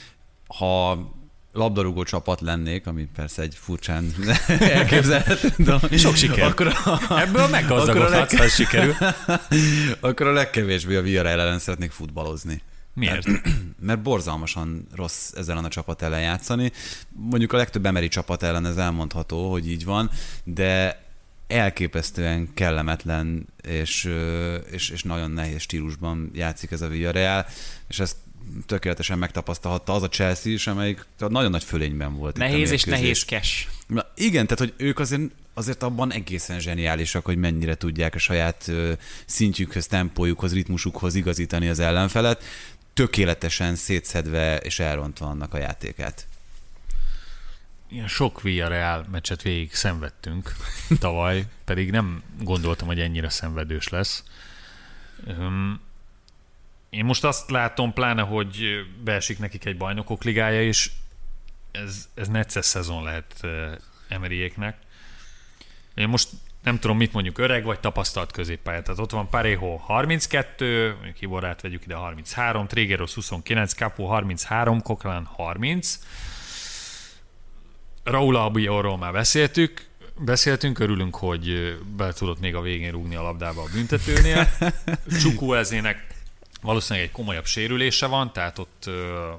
Speaker 7: ha labdarúgó csapat lennék, ami persze egy furcsán elképzelhető dolog.
Speaker 6: Sok siker.
Speaker 7: Akkor a,
Speaker 6: Ebből meggazdagodhatsz, ha sikerül.
Speaker 7: Akkor a legkevésbé a Villarreal ellen szeretnék futballozni.
Speaker 6: Miért?
Speaker 7: Mert, mert borzalmasan rossz ezzel a csapat ellen játszani. Mondjuk a legtöbb emeri csapat ellen ez elmondható, hogy így van, de elképesztően kellemetlen és, és, és nagyon nehéz stílusban játszik ez a Villarreal, és ezt tökéletesen megtapasztalhatta az a Chelsea is, amelyik nagyon nagy fölényben volt.
Speaker 5: Nehéz és nehézkes.
Speaker 7: Na, igen, tehát hogy ők azért, azért abban egészen zseniálisak, hogy mennyire tudják a saját szintjükhöz, tempójukhoz, ritmusukhoz igazítani az ellenfelet, tökéletesen szétszedve és elrontva annak a játékát.
Speaker 6: Ilyen sok Villarreal meccset végig szenvedtünk tavaly, pedig nem gondoltam, hogy ennyire szenvedős lesz. Én most azt látom, pláne, hogy beesik nekik egy bajnokok ligája, és ez, ez necces szezon lehet Emeryéknek. Én most nem tudom, mit mondjuk, öreg vagy tapasztalt középpálya. Tehát ott van Parejo harminckettő, Kiborát vegyük ide harminchárom, Trigueros huszonkilenc, Capu harminchárom, Coquelin harminc. Raúl Albiolról már beszéltük, beszéltünk, örülünk, hogy be tudott még a végén rúgni a labdába a büntetőnél. Chukwuezének valószínűleg egy komolyabb sérülése van, tehát ott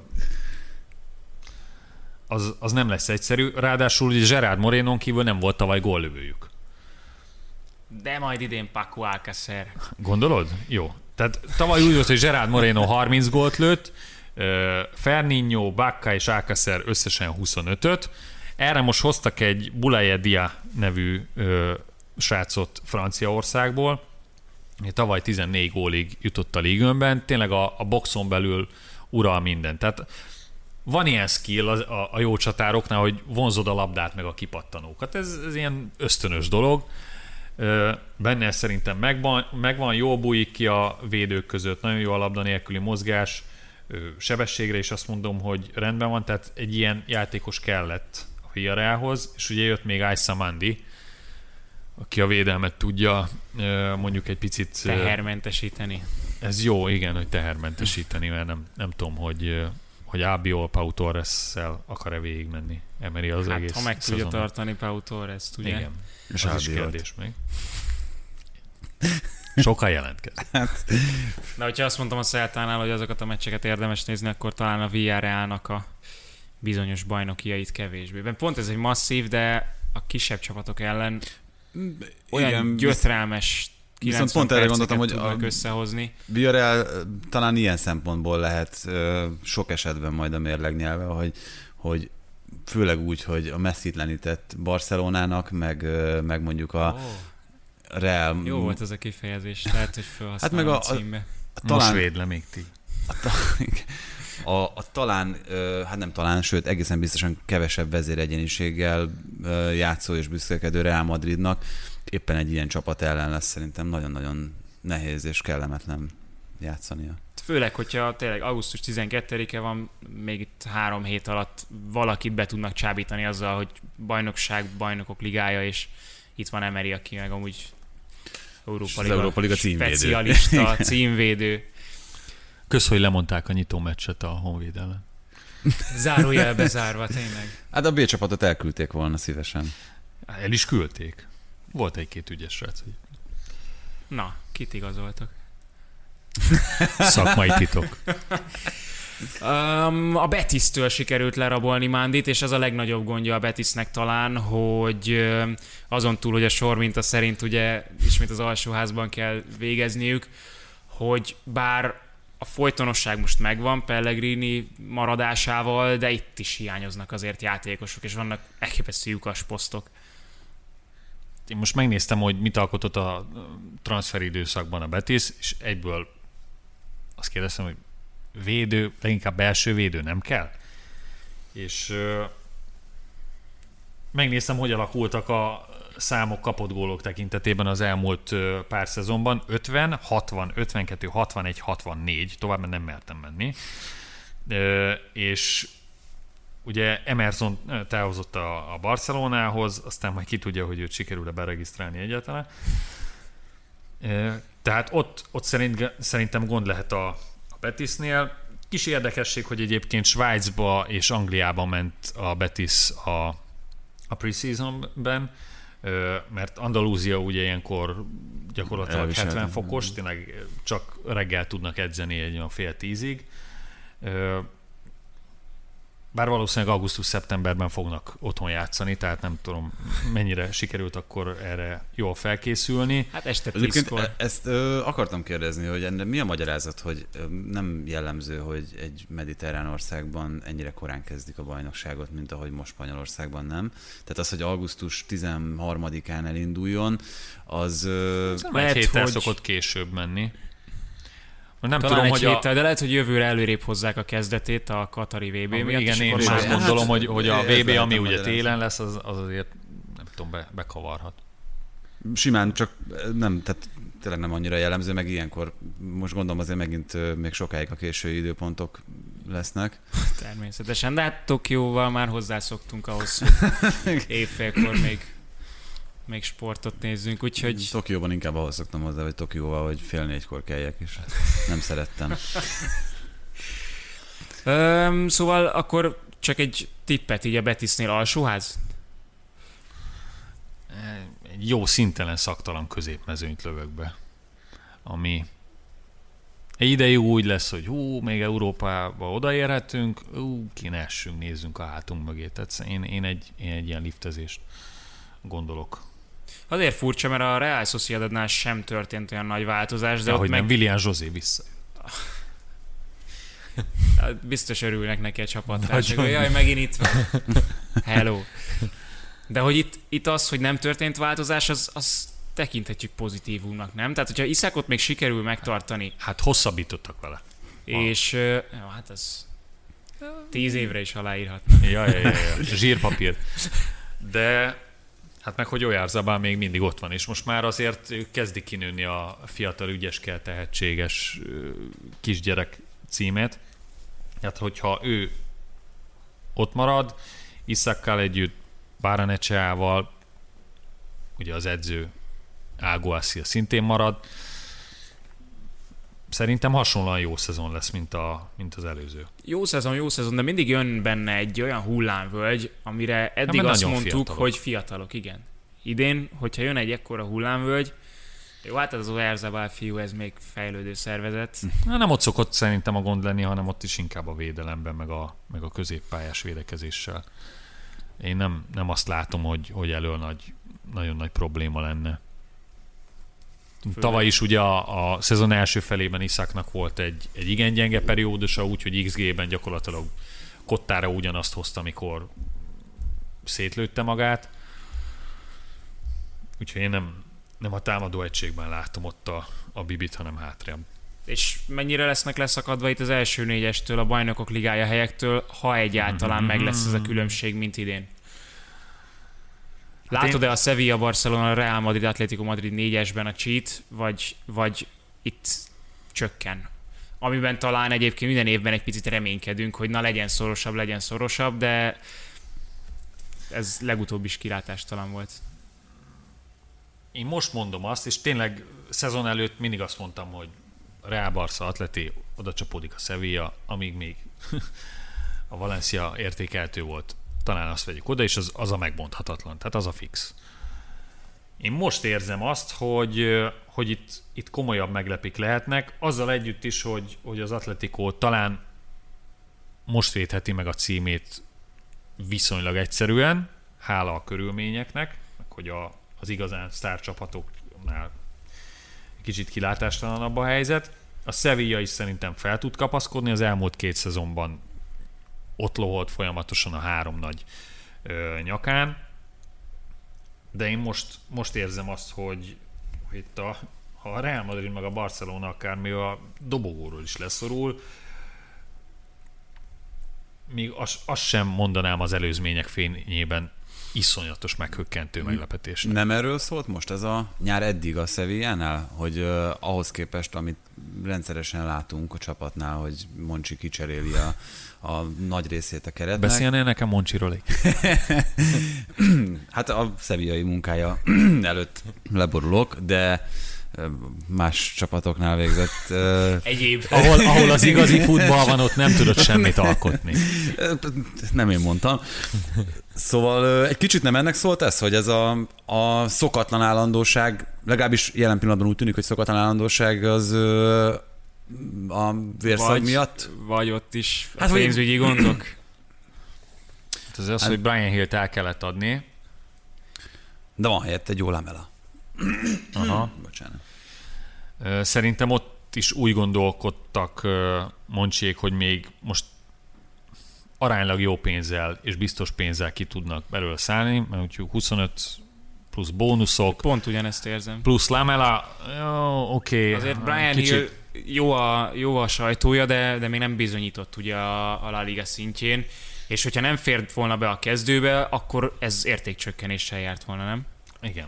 Speaker 6: az, az nem lesz egyszerű. Ráadásul ugye Gerard Morénon kívül nem volt tavaly góllövőjük.
Speaker 5: De majd idén Paco Alcácer.
Speaker 6: Gondolod? Jó. Tehát tavaly úgy volt, hogy Gerard Moreno harminc gólt lőtt, Ferninho, Bacca és Alcácer összesen huszonötöt. Erre most hoztak egy Boulaye Dia nevű ö, srácot Franciaországból. Tavaly tizennégy gólig jutott a Ligue-ben. Tényleg a, a boxon belül ural minden. Tehát van ilyen skill a, a, a jó csatároknál, hogy vonzod a labdát meg a kipattanókat. Ez, ez ilyen ösztönös dolog. Benne szerintem megvan, megvan, jól bújik ki a védők között, nagyon jó a labda nélküli mozgás, sebességre is azt mondom, hogy rendben van, tehát egy ilyen játékos kellett a Villarrealhoz, és ugye jött még Aissa Mandi, aki a védelmet tudja mondjuk egy picit...
Speaker 5: Tehermentesíteni.
Speaker 6: Ez jó, igen, hogy tehermentesíteni, mert nem, nem tudom, hogy, hogy Albiol Pau Torres-szel akar-e végigmenni. Emery az
Speaker 5: hát,
Speaker 6: egész
Speaker 5: ha meg tudja
Speaker 6: szezonon.
Speaker 5: tartani Pau Torres-t, ugye?
Speaker 6: Igen. És
Speaker 7: az
Speaker 6: az is
Speaker 7: Albiolt.
Speaker 6: kérdés még. Sokan jelentkezik.
Speaker 5: De hogyha azt mondtam a Celtánál, hogy azokat a meccseket érdemes nézni, akkor talán a Villarrealnak a bizonyos bajnokiait kevésbé. Ben pont ez egy masszív, de a kisebb csapatok ellen olyan
Speaker 7: Igen,
Speaker 5: gyötrelmes
Speaker 7: viszont
Speaker 5: kilencven
Speaker 7: pont erre
Speaker 5: perceket
Speaker 7: gondoltam, hogy
Speaker 5: tudnak
Speaker 7: a-
Speaker 5: összehozni.
Speaker 7: Villarreal talán ilyen szempontból lehet ö, sok esetben majd a mérleg nyelve, hogy, hogy főleg úgy, hogy a messzítlenített Barcelonának, meg, ö, meg mondjuk a
Speaker 5: Oh,
Speaker 7: Real...
Speaker 5: jó volt ez a kifejezés, lehet, hogy felhasználom
Speaker 7: meg
Speaker 5: a,
Speaker 7: a-
Speaker 5: a címbe.
Speaker 7: a,
Speaker 6: Talán... Most
Speaker 7: talán,
Speaker 6: véd le még ti.
Speaker 7: a, a talán, ö, hát nem talán, sőt egészen biztosan kevesebb vezéregyeniséggel ö, játszó és büszkekedő Real Madridnak éppen egy ilyen csapat ellen lesz szerintem nagyon-nagyon nehéz és kellemetlen játszania.
Speaker 5: Főleg, hogyha tényleg augusztus tizenkettedike van, még itt három hét alatt valakit be tudnak csábítani azzal, hogy bajnokság, bajnokok ligája, és itt van Emery, aki meg amúgy Európa Liga,
Speaker 7: Európa Liga címvédő.
Speaker 5: specialista, címvédő.
Speaker 6: Kösz, hogy lemondták a nyitó meccset a Honvéd ellen.
Speaker 5: Zárójelbe zárva, tényleg.
Speaker 7: Hát a B csapatot elküldték volna szívesen.
Speaker 6: El is küldték. Volt egy-két ügyes srác. hogy
Speaker 5: Na, kit igazoltak?
Speaker 6: Szakmai titok.
Speaker 5: Um, a Betisztől sikerült lerabolni Mandit, és az a legnagyobb gondja a Betisnek talán, hogy um, azon túl, hogy a sorminta szerint ugye ismét az alsóházban kell végezniük, hogy bár a folytonosság most megvan Pellegrini maradásával, de itt is hiányoznak azért játékosok, és vannak elképesztő lyukas posztok.
Speaker 6: Én most megnéztem, hogy mit alkotott a transferidőszakban a Betis, és egyből azt kérdeztem, hogy védő, leginkább belső védő nem kell? És ö, megnéztem, hogy alakultak a számok kapott gólok tekintetében az elmúlt ö, pár szezonban. ötven, hatvan, ötvenkettő, hatvanegy, hatvannégy, tovább nem mertem menni. Ö, és ugye Emerson távozott a, a Barcelonához, aztán majd ki tudja, hogy őt sikerül-e beregisztrálni egyáltalán. Ö, tehát ott, ott szerint, szerintem gond lehet a, a Betisnél. Kis érdekesség, hogy egyébként Svájcba és Angliába ment a Betis a, a pre-seasonben, mert Andalúzia ugye ilyenkor gyakorlatilag
Speaker 7: Elviselt.
Speaker 6: hetven fokos, tényleg csak reggel tudnak edzeni egy olyan fél tízig. Bár valószínűleg augusztus-szeptemberben fognak otthon játszani, tehát nem tudom, mennyire sikerült akkor erre jól felkészülni.
Speaker 5: Hát este
Speaker 7: Egyébként
Speaker 5: tízkor.
Speaker 7: e- ezt ö, akartam kérdezni, hogy ennek mi a magyarázat, hogy ö, nem jellemző, hogy egy mediterrán országban ennyire korán kezdik a bajnokságot, mint ahogy most Spanyolországban nem. Tehát az, hogy augusztus tizenharmadikán elinduljon, az... Ö,
Speaker 6: Lehet,
Speaker 5: Lehet,
Speaker 6: egy héttel
Speaker 5: hogy-
Speaker 6: szokott később menni. Nem
Speaker 5: Talán
Speaker 6: tudom,
Speaker 5: egy
Speaker 6: hogy a...
Speaker 5: héttel, de lehet, hogy jövőre előrébb hozzák a kezdetét a katari vé bé miatt.
Speaker 6: Igen,
Speaker 5: és
Speaker 6: én
Speaker 5: akkor
Speaker 6: is
Speaker 5: már-
Speaker 6: azt
Speaker 7: Hát,
Speaker 6: gondolom, hogy, hogy a
Speaker 7: ez
Speaker 6: vé bé,
Speaker 7: lehet
Speaker 6: ami
Speaker 7: a
Speaker 6: ugye
Speaker 7: magyarázat.
Speaker 6: télen lesz, az, az azért nem tudom, be, bekavarhat.
Speaker 7: Simán, csak nem, tehát tényleg nem annyira jellemző, meg ilyenkor most gondolom azért megint még sokáig a késői időpontok lesznek.
Speaker 5: Természetesen, de hát Tokióval már hozzászoktunk ahhoz, hogy évfélkor még, még sportot nézzünk, úgyhogy...
Speaker 7: Tokióban inkább ahhoz szoktam hozzá, hogy Tokióval, hogy fél négykor keljek, és nem szerettem.
Speaker 5: Öm, szóval akkor csak egy tippet így a Betisnél, alsóház?
Speaker 6: Egy jó szintelen, szaktalan középmezőnyt lövök be, ami egy ideig úgy lesz, hogy hú, még Európába odaérhetünk, hú, ki ne essünk, nézzünk a hátunk mögé. Tehát én, én, egy, én egy ilyen liftezést gondolok.
Speaker 5: Azért furcsa, mert a Real Sociedadnál sem történt olyan nagy változás, de
Speaker 6: de
Speaker 5: ott
Speaker 6: hogy
Speaker 5: meg...
Speaker 6: nem, Willian José vissza.
Speaker 5: Biztos örülnek neki a csapattársak. Jaj, megint itt van. Hello. De hogy itt, itt az, hogy nem történt változás, az, az tekinthetjük pozitívumnak, nem? Tehát, hogyha Iszákot még sikerül megtartani...
Speaker 6: Hát hosszabbítottak vele.
Speaker 5: És... Uh, jó, hát ez... Tíz évre is aláírhatna.
Speaker 6: Ja, ja, ja, ja. Zsírpapír. De... Hát meg, hogy Oyarzabal még mindig ott van, és most már azért kezdi kinőni a fiatal, ügyeskel, tehetséges kisgyerek címet. Hát, hogyha ő ott marad, Isaakkal együtt, Barrenetxeával, ugye az edző Ágó Assia szintén marad. Szerintem hasonlóan jó szezon lesz, mint, a, mint az előző.
Speaker 5: Jó szezon, jó szezon, de mindig jön benne egy olyan hullámvölgy, amire eddig
Speaker 6: ja,
Speaker 5: azt mondtuk,
Speaker 6: fiatalok.
Speaker 5: hogy fiatalok, igen. Idén, hogyha jön egy ekkora hullámvölgy, jó, hát az Oyarzabal fiú, ez még fejlődő szervezet.
Speaker 6: Na, nem ott szokott szerintem a gond lenni, hanem ott is inkább a védelemben, meg a, meg a középpályás védekezéssel. Én nem, nem azt látom, hogy, hogy elől nagy, nagyon nagy probléma lenne. Főleg. Tavaly is ugye a, a szezon első felében Iszáknak volt egy, egy igen gyenge periódusa, úgyhogy iksz gében gyakorlatilag kottára ugyanazt hozta, amikor szétlőtte magát. Úgyhogy én nem, nem a támadó egységben látom ott a, a Bibit, hanem hátrébb.
Speaker 5: És mennyire lesznek leszakadva itt az első négyestől, a Bajnokok Ligája helyektől, ha egyáltalán mm-hmm. meg lesz ez a különbség, mint idén? Látod-e a Sevilla, Barcelona, Real Madrid, Atlético Madrid négyesben a cheat, vagy, vagy itt csökken? Amiben talán egyébként minden évben egy picit reménykedünk, hogy na legyen szorosabb, legyen szorosabb, de ez legutóbb is kilátástalan volt.
Speaker 6: Én most mondom azt, és tényleg szezon előtt mindig azt mondtam, hogy Real, Barca, Atleti, oda csapódik a Sevilla, amíg még a Valencia értékeltő volt. Talán azt vegyük oda, és az, az a megbonthatatlan, tehát az a fix. Én most érzem azt, hogy, hogy itt, itt komolyabb meglepik lehetnek, azzal együtt is, hogy, hogy az Atletico talán most védheti meg a címét viszonylag egyszerűen, hála a körülményeknek, meg hogy a, az igazán sztárcsapatoknál kicsit kilátástalanabb a helyzet. A Sevilla is szerintem fel tud kapaszkodni, az elmúlt két szezonban ott loholt folyamatosan a három nagy ö, nyakán, de én most, most érzem azt, hogy, hogy itt a, ha a Real Madrid meg a Barcelona akár még a dobogóról is leszorul, még azt az sem mondanám az előzmények fényében iszonyatos meghökkentő meglepetés.
Speaker 7: Nem erről szólt most ez a nyár eddig a Sevillánál, hogy uh, ahhoz képest, amit rendszeresen látunk a csapatnál, hogy Monchi kicseréli a, a nagy részét a keretnek.
Speaker 6: Beszélnél nekem Monchiról?
Speaker 7: Hát a szevillai munkája előtt leborulok, de más csapatoknál végzett.
Speaker 5: Egyéb.
Speaker 6: Ahol, ahol az igazi futball van, ott nem tudod semmit alkotni.
Speaker 7: Nem én mondtam. Szóval egy kicsit nem ennek szólt ez, hogy ez a, a szokatlan állandóság, legalábbis jelen pillanatban úgy tűnik, hogy szokatlan állandóság az a vérszag
Speaker 5: vagy,
Speaker 7: miatt.
Speaker 5: Vagy ott is
Speaker 7: hát,
Speaker 5: a pénzügyi vagy... gondok.
Speaker 6: Hát az az, hát, hogy Brian Hillt el kellett adni.
Speaker 7: De van helyett egy jó Lamela.
Speaker 6: Aha.
Speaker 7: Bocsánat.
Speaker 6: Szerintem ott is úgy gondolkodtak Monchiék, hogy még most aránylag jó pénzzel és biztos pénzzel ki tudnak belőle szállni, mert úgyhogy huszonöt plusz bónuszok.
Speaker 5: Pont ugyanezt érzem.
Speaker 6: Plusz Lamela, jó, oké. Okay.
Speaker 5: Azért Brian Kicsit... Hill jó a, jó a sajtója, de, de még nem bizonyított ugye a, a La Liga szintjén, és hogyha nem fért volna be a kezdőbe, akkor ez értékcsökkenéssel járt volna, nem?
Speaker 6: Igen.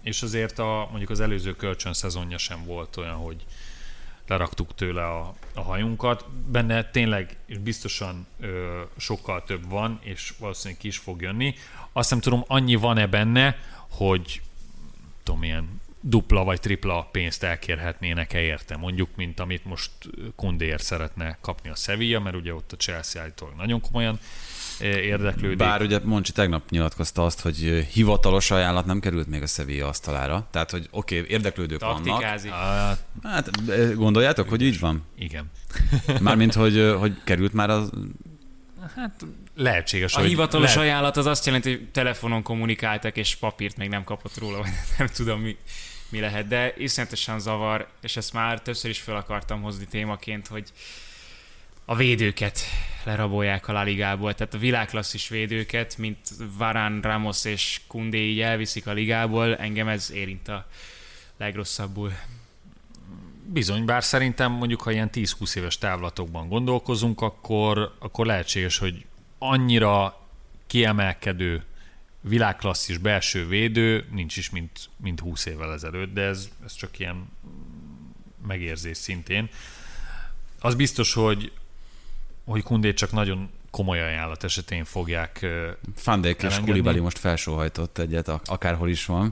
Speaker 6: és azért a, mondjuk az előző kölcsönszezonja sem volt olyan, hogy leraktuk tőle a, a hajunkat. Benne tényleg biztosan ö, sokkal több van, és valószínűleg ki is fog jönni. Azt nem tudom, annyi van-e benne, hogy tudom, ilyen dupla vagy tripla pénzt elkérhetnének-e érte, mondjuk, mint amit most Koundéért szeretne kapni a Sevilla, mert ugye ott a Chelsea állítólag nagyon komolyan érdeklődik.
Speaker 7: Bár ugye Moncsi tegnap nyilatkozta azt, hogy hivatalos ajánlat nem került még a Sevilla asztalára. Tehát, hogy oké, okay, érdeklődők
Speaker 5: Taktikázik.
Speaker 7: vannak. Hát gondoljátok, hogy így van?
Speaker 6: Igen.
Speaker 7: Mármint, hogy, hogy került már az...
Speaker 6: Hát lehetséges,
Speaker 5: a
Speaker 6: hogy...
Speaker 5: hivatalos
Speaker 6: lehet...
Speaker 5: ajánlat az azt jelenti, hogy telefonon kommunikáltak, és papírt még nem kapott róla, vagy nem tudom mi, mi lehet, de iszonyatosan zavar, és ezt már többször is fel akartam hozni témaként, hogy a védőket lerabolják a La Ligából, tehát a világklasszis védőket, mint Varane, Ramos és Koundé így elviszik a ligából, engem ez érint a legrosszabbul.
Speaker 6: Bizony, bár szerintem mondjuk, ha ilyen tíz-húsz éves távlatokban gondolkozunk, akkor, akkor lehetséges, hogy annyira kiemelkedő világklasszis belső védő nincs is, mint, mint húsz évvel ezelőtt, de ez, ez csak ilyen megérzés szintén. Az biztos, hogy hogy Koundét csak nagyon komoly ajánlat esetén fogják
Speaker 7: Van Dijk és Koulibaly most felsóhajtott egyet, akárhol is van.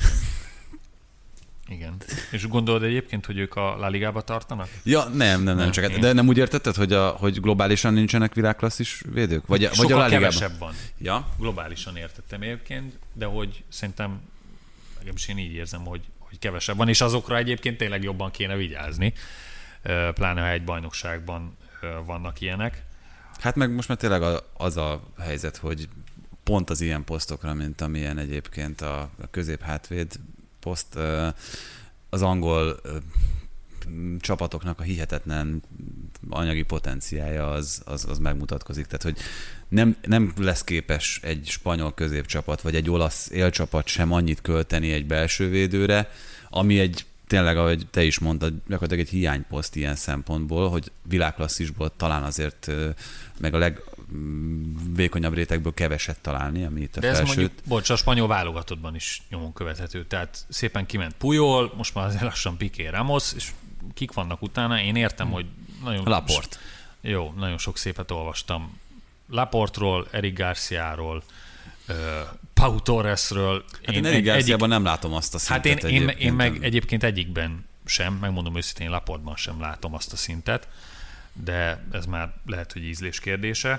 Speaker 6: Igen. És gondolod egyébként, hogy ők a La Ligába tartanak?
Speaker 7: Ja, nem, nem, nem, csak, de nem úgy értetted, hogy, a, hogy globálisan nincsenek világklasszis védők? Vagy,
Speaker 6: Sokkal
Speaker 7: vagy a La Ligában?
Speaker 6: kevesebb van.
Speaker 7: Ja?
Speaker 6: Globálisan értettem egyébként, de hogy szerintem, legalábbis én így érzem, hogy, hogy kevesebb van, és azokra egyébként tényleg jobban kéne vigyázni, pláne ha egy bajnokságban vannak ilyenek.
Speaker 7: Hát meg most már tényleg az a helyzet, hogy pont az ilyen posztokra, mint amilyen egyébként a középhátvéd poszt, az angol csapatoknak a hihetetlen anyagi potenciája az, az, az megmutatkozik. Tehát, hogy nem, nem lesz képes egy spanyol középcsapat, vagy egy olasz élcsapat sem annyit költeni egy belső védőre, ami egy tényleg, ahogy te is mondtad, gyakorlatilag egy hiányposzt ilyen szempontból, hogy világklasszisból talán azért meg a legvékonyabb rétegből keveset találni, ami itt a
Speaker 6: de ez
Speaker 7: felsőt.
Speaker 6: mondjuk, bocs, a spanyol válogatottban is nyomon követhető. Tehát szépen kiment Puyol, most már azért lassan Piqué, Ramos, és kik vannak utána? Én értem, hogy nagyon...
Speaker 7: Laport.
Speaker 6: Jó, nagyon sok szépet olvastam. Laportról, Eric Garciáról, uh, Pau Torresről.
Speaker 7: Hát én, én Eric Garciában nem látom azt a szintet.
Speaker 6: Hát én, én, én meg egyébként egyikben sem, megmondom őszintén, Laportban sem látom azt a szintet, de ez már lehet, hogy ízlés kérdése.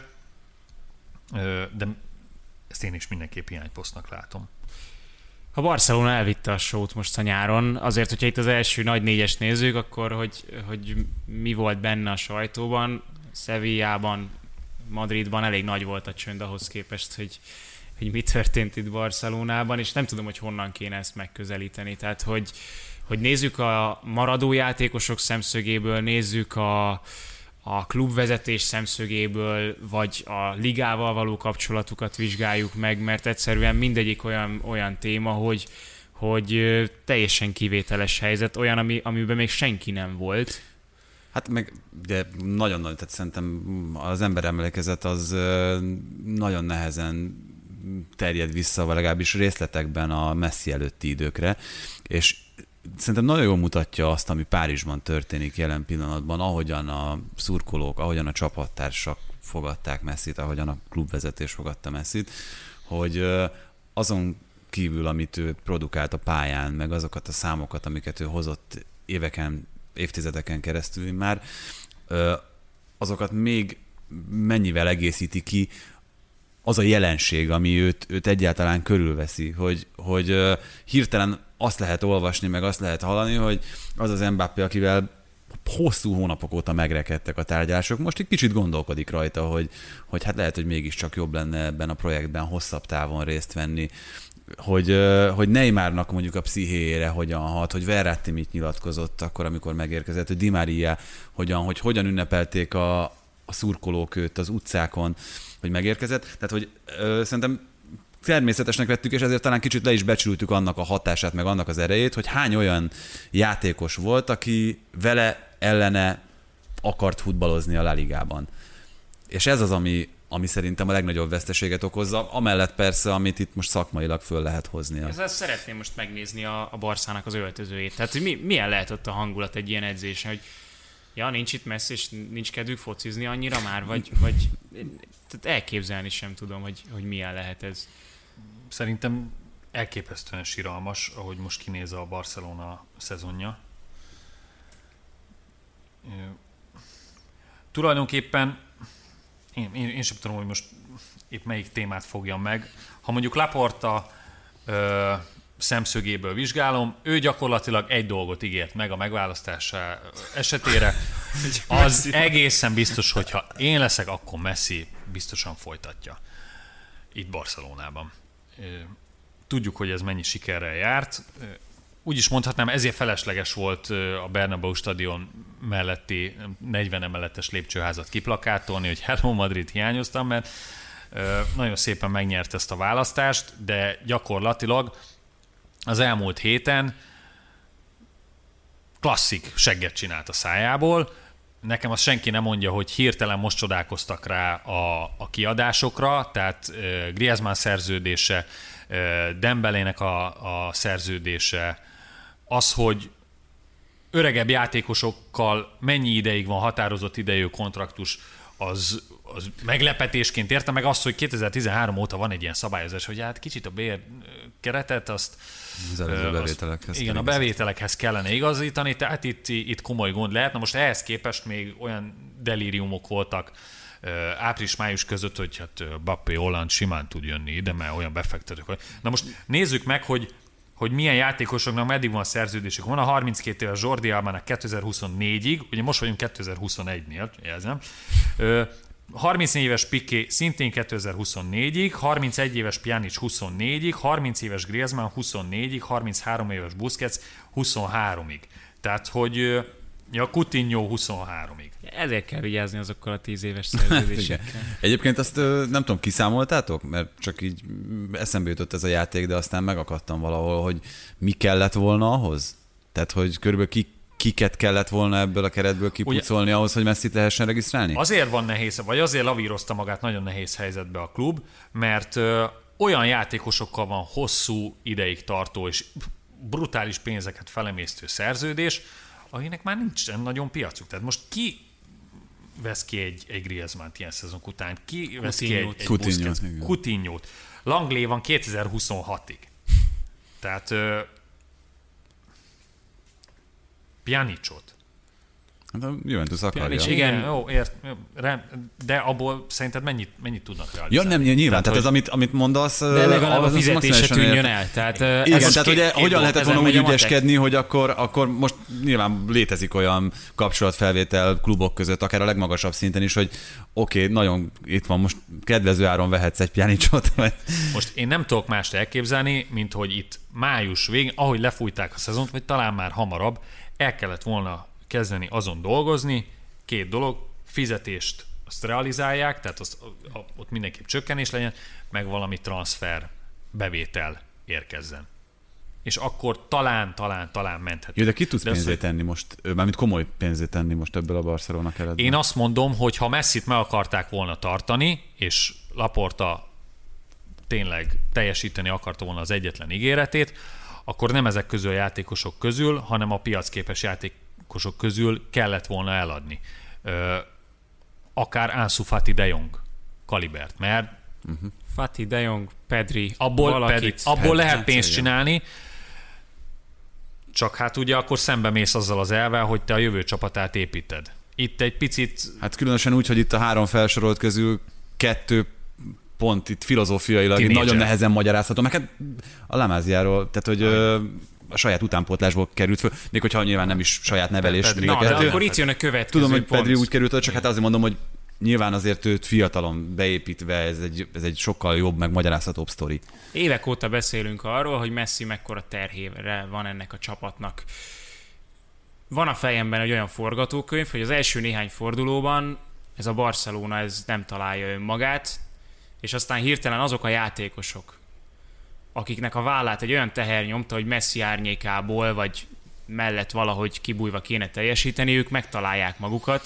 Speaker 6: De ezt én is mindenképp hiányposztnak látom.
Speaker 5: A Barcelona elvitte a sót most a nyáron, azért, hogyha itt az első nagy négyes nézzük, akkor hogy, hogy mi volt benne a sajtóban, Sevillában, Madridban elég nagy volt a csönd ahhoz képest, hogy, hogy mi történt itt Barcelonában, és nem tudom, hogy honnan kéne ezt megközelíteni. Tehát, hogy, hogy nézzük a maradó játékosok szemszögéből, nézzük a, a klubvezetés szemszögéből, vagy a ligával való kapcsolatukat vizsgáljuk meg, mert egyszerűen mindegyik olyan, olyan téma, hogy, hogy teljesen kivételes helyzet, olyan, ami, amiben még senki nem volt.
Speaker 7: Hát meg de nagyon nagy, tehát szerintem az emberemlékezet az nagyon nehezen terjed vissza, vagy legalábbis részletekben a Messi előtti időkre, és szerintem nagyon jól mutatja azt, ami Párizsban történik jelen pillanatban, ahogyan a szurkolók, ahogyan a csapattársak fogadták Messit, ahogyan a klubvezetés fogadta Messit, hogy azon kívül, amit ő produkált a pályán, meg azokat a számokat, amiket ő hozott éveken, évtizedeken keresztül már, azokat még mennyivel egészíti ki az a jelenség, ami őt, őt egyáltalán körülveszi, hogy, hogy hirtelen azt lehet olvasni, meg azt lehet hallani, hogy az az Mbappé, akivel hosszú hónapok óta megrekedtek a tárgyalások, most egy kicsit gondolkodik rajta, hogy, hogy hát lehet, hogy mégiscsak jobb lenne ebben a projektben hosszabb távon részt venni, hogy, hogy Neymarnak mondjuk a pszichéjére hogyan hat, hogy Verratti mit nyilatkozott akkor, amikor megérkezett, hogy Di Maria hogyan, hogy hogyan ünnepelték a, a szurkolók őt az utcákon, hogy megérkezett. Tehát, hogy ö, szerintem természetesnek vettük, és ezért talán kicsit le is becsültük annak a hatását, meg annak az erejét, hogy hány olyan játékos volt, aki vele ellene akart futballozni a La Ligában. És ez az, ami, ami szerintem a legnagyobb veszteséget okozza, amellett persze, amit itt most szakmailag föl lehet hozni.
Speaker 5: Ezzel szeretném most megnézni a, a Barszának az öltözőjét. Tehát mi, milyen lehet ott a hangulat egy ilyen edzésen, hogy ja, nincs itt Messi, és nincs kedvük focizni annyira már, vagy, vagy tehát elképzelni sem tudom, hogy, hogy milyen lehet ez.
Speaker 6: Szerintem elképesztően siralmas, ahogy most kinéz a Barcelona szezonja. Tulajdonképpen én, én, én sem tudom, hogy most épp melyik témát fogjam meg. Ha mondjuk Laporta ö, szemszögéből vizsgálom, ő gyakorlatilag egy dolgot ígért meg a megválasztása esetére. Az egészen biztos, hogy ha én leszek, akkor Messi biztosan folytatja itt Barcelonában. Tudjuk, hogy ez mennyi sikerrel járt. Úgy is mondhatnám, ezért felesleges volt a Bernabéu stadion melletti negyven emeletes lépcsőházat kiplakátolni, hogy Hello Madrid hiányoztam, mert nagyon szépen megnyert ezt a választást, de gyakorlatilag az elmúlt héten klasszik segget csinált a szájából. Nekem azt senki nem mondja, hogy hirtelen most csodálkoztak rá a, a kiadásokra, tehát uh, Griezmann szerződése, uh, Dembelének a, a szerződése, az, hogy öregebb játékosokkal mennyi ideig van határozott idejű kontraktus, az, az meglepetésként érte, meg azt, hogy kétezer-tizenhárom óta van egy ilyen szabályozás, hogy hát kicsit a bér keretet, azt,
Speaker 7: az előző bevételekhez
Speaker 6: azt, igen, a bevételekhez kellene igazítani, tehát itt, itt komoly gond lehet. Na most ehhez képest még olyan delíriumok voltak április-május között, hogy hát Bappé Holland simán tud jönni ide, mert olyan befektetők. Na most nézzük meg, hogy hogy milyen játékosoknak meddig van a szerződésük. Van a harminckét éves Jordi Albanak kétezer-huszonnégyig, ugye most vagyunk kétezer-huszonegynél, jelzem. harmincnégy éves Piqué szintén kétezer-huszonnégyig, harmincegy éves Pjanic huszonnégyig, harminc éves Griezmann huszonnégyig, harminchárom éves Busquets huszonháromig. Tehát, hogy ja, Coutinho huszonháromig.
Speaker 5: Ezért kell vigyázni azokkal a tíz éves szerződésekkel.
Speaker 7: Egyébként azt nem tudom, kiszámoltátok? Mert csak így eszembe jutott ez a játék, de aztán megakadtam valahol, hogy mi kellett volna ahhoz? Tehát, hogy körülbelül ki, kiket kellett volna ebből a keretből kipucolni ahhoz, hogy Messit lehessen regisztrálni?
Speaker 6: Azért van nehéz, vagy azért lavírozta magát nagyon nehéz helyzetbe a klub, mert ö, olyan játékosokkal van hosszú ideig tartó és brutális pénzeket felemésztő szerződés, akinek már nincsen nagyon piacuk. Tehát most ki vesz ki egy, egy Griezmann-t ilyen szezonok után? Ki vesz ki egy, egy Busquets? Coutinho-t. Langley van kétezer-huszonhatig. Tehát uh, Pjanicot.
Speaker 7: Hát a Juventus akarja.
Speaker 5: Pjanic,
Speaker 6: Igen,
Speaker 5: igen.
Speaker 6: jó, ért, de abból szerinted mennyit, mennyit tudnak realizálni?
Speaker 7: Ja, nem, nyilván, tehát, tehát
Speaker 6: hogy...
Speaker 7: az, amit, amit mondasz...
Speaker 5: De legalább a fizetése tűnjön
Speaker 7: el.
Speaker 5: el. Tehát,
Speaker 7: igen,
Speaker 5: ez
Speaker 7: tehát ugye, hogyan lehetett volna úgy ügyeskedni,
Speaker 5: matek.
Speaker 7: hogy akkor, akkor most nyilván létezik olyan kapcsolatfelvétel klubok között, akár a legmagasabb szinten is, hogy oké, okay, nagyon itt van, most kedvező áron vehetsz egy Pjanicot.
Speaker 6: Most én nem tudok mást elképzelni, mint hogy itt május végén, ahogy lefújták a szezont, vagy talán már hamarabb, el kellett volna kezdeni azon dolgozni, két dolog, fizetést azt realizálják, tehát azt, ott mindenképp csökkenés legyen, meg valami transfer bevétel érkezzen. És akkor talán, talán, talán menthető.
Speaker 7: Jó, de ki tudsz
Speaker 6: de
Speaker 7: pénzét
Speaker 6: azt,
Speaker 7: tenni most, mármint komoly pénzét tenni most ebből a Barcelona keretből?
Speaker 6: Én azt mondom, hogy ha Messit meg akarták volna tartani, és Laporta tényleg teljesíteni akarta volna az egyetlen ígéretét, akkor nem ezek közül a játékosok közül, hanem a piacképes játékosok közül kellett volna eladni. Ö, akár Ansu Fati de Jong kalibert, mert
Speaker 5: uh-huh. Fati de Jong, Pedri,
Speaker 6: abból, Pedri, abból
Speaker 5: Pedri,
Speaker 6: lehet pénzt csinálni, csak hát ugye akkor szembe mész azzal az elvel, hogy te a jövő csapatát építed. Itt egy picit...
Speaker 7: Hát különösen úgy, hogy itt a három felsorolt közül kettő pont itt filozófiailag itt nagyon nehezen magyarázható. Meg hát a Lamáziáról, tehát hogy ö, a saját utánpótlásból került föl, még hogyha nyilván nem is saját nevelés.
Speaker 5: Na, de akkor itt jön a következő
Speaker 7: Tudom, hogy
Speaker 5: pont.
Speaker 7: Pedri úgy került, csak hát azért mondom, hogy nyilván azért őt fiatalon beépítve, ez egy, ez egy sokkal jobb, meg magyarázhatóbb sztori.
Speaker 5: Évek óta beszélünk arról, hogy Messi mekkora terhére van ennek a csapatnak. Van a fejemben egy olyan forgatókönyv, hogy az első néhány fordulóban ez a Barcelona ez nem találja önmagát, és aztán hirtelen azok a játékosok, akiknek a vállát egy olyan teher nyomta, hogy Messi árnyékából, vagy mellett valahogy kibújva kéne teljesíteni, ők megtalálják magukat,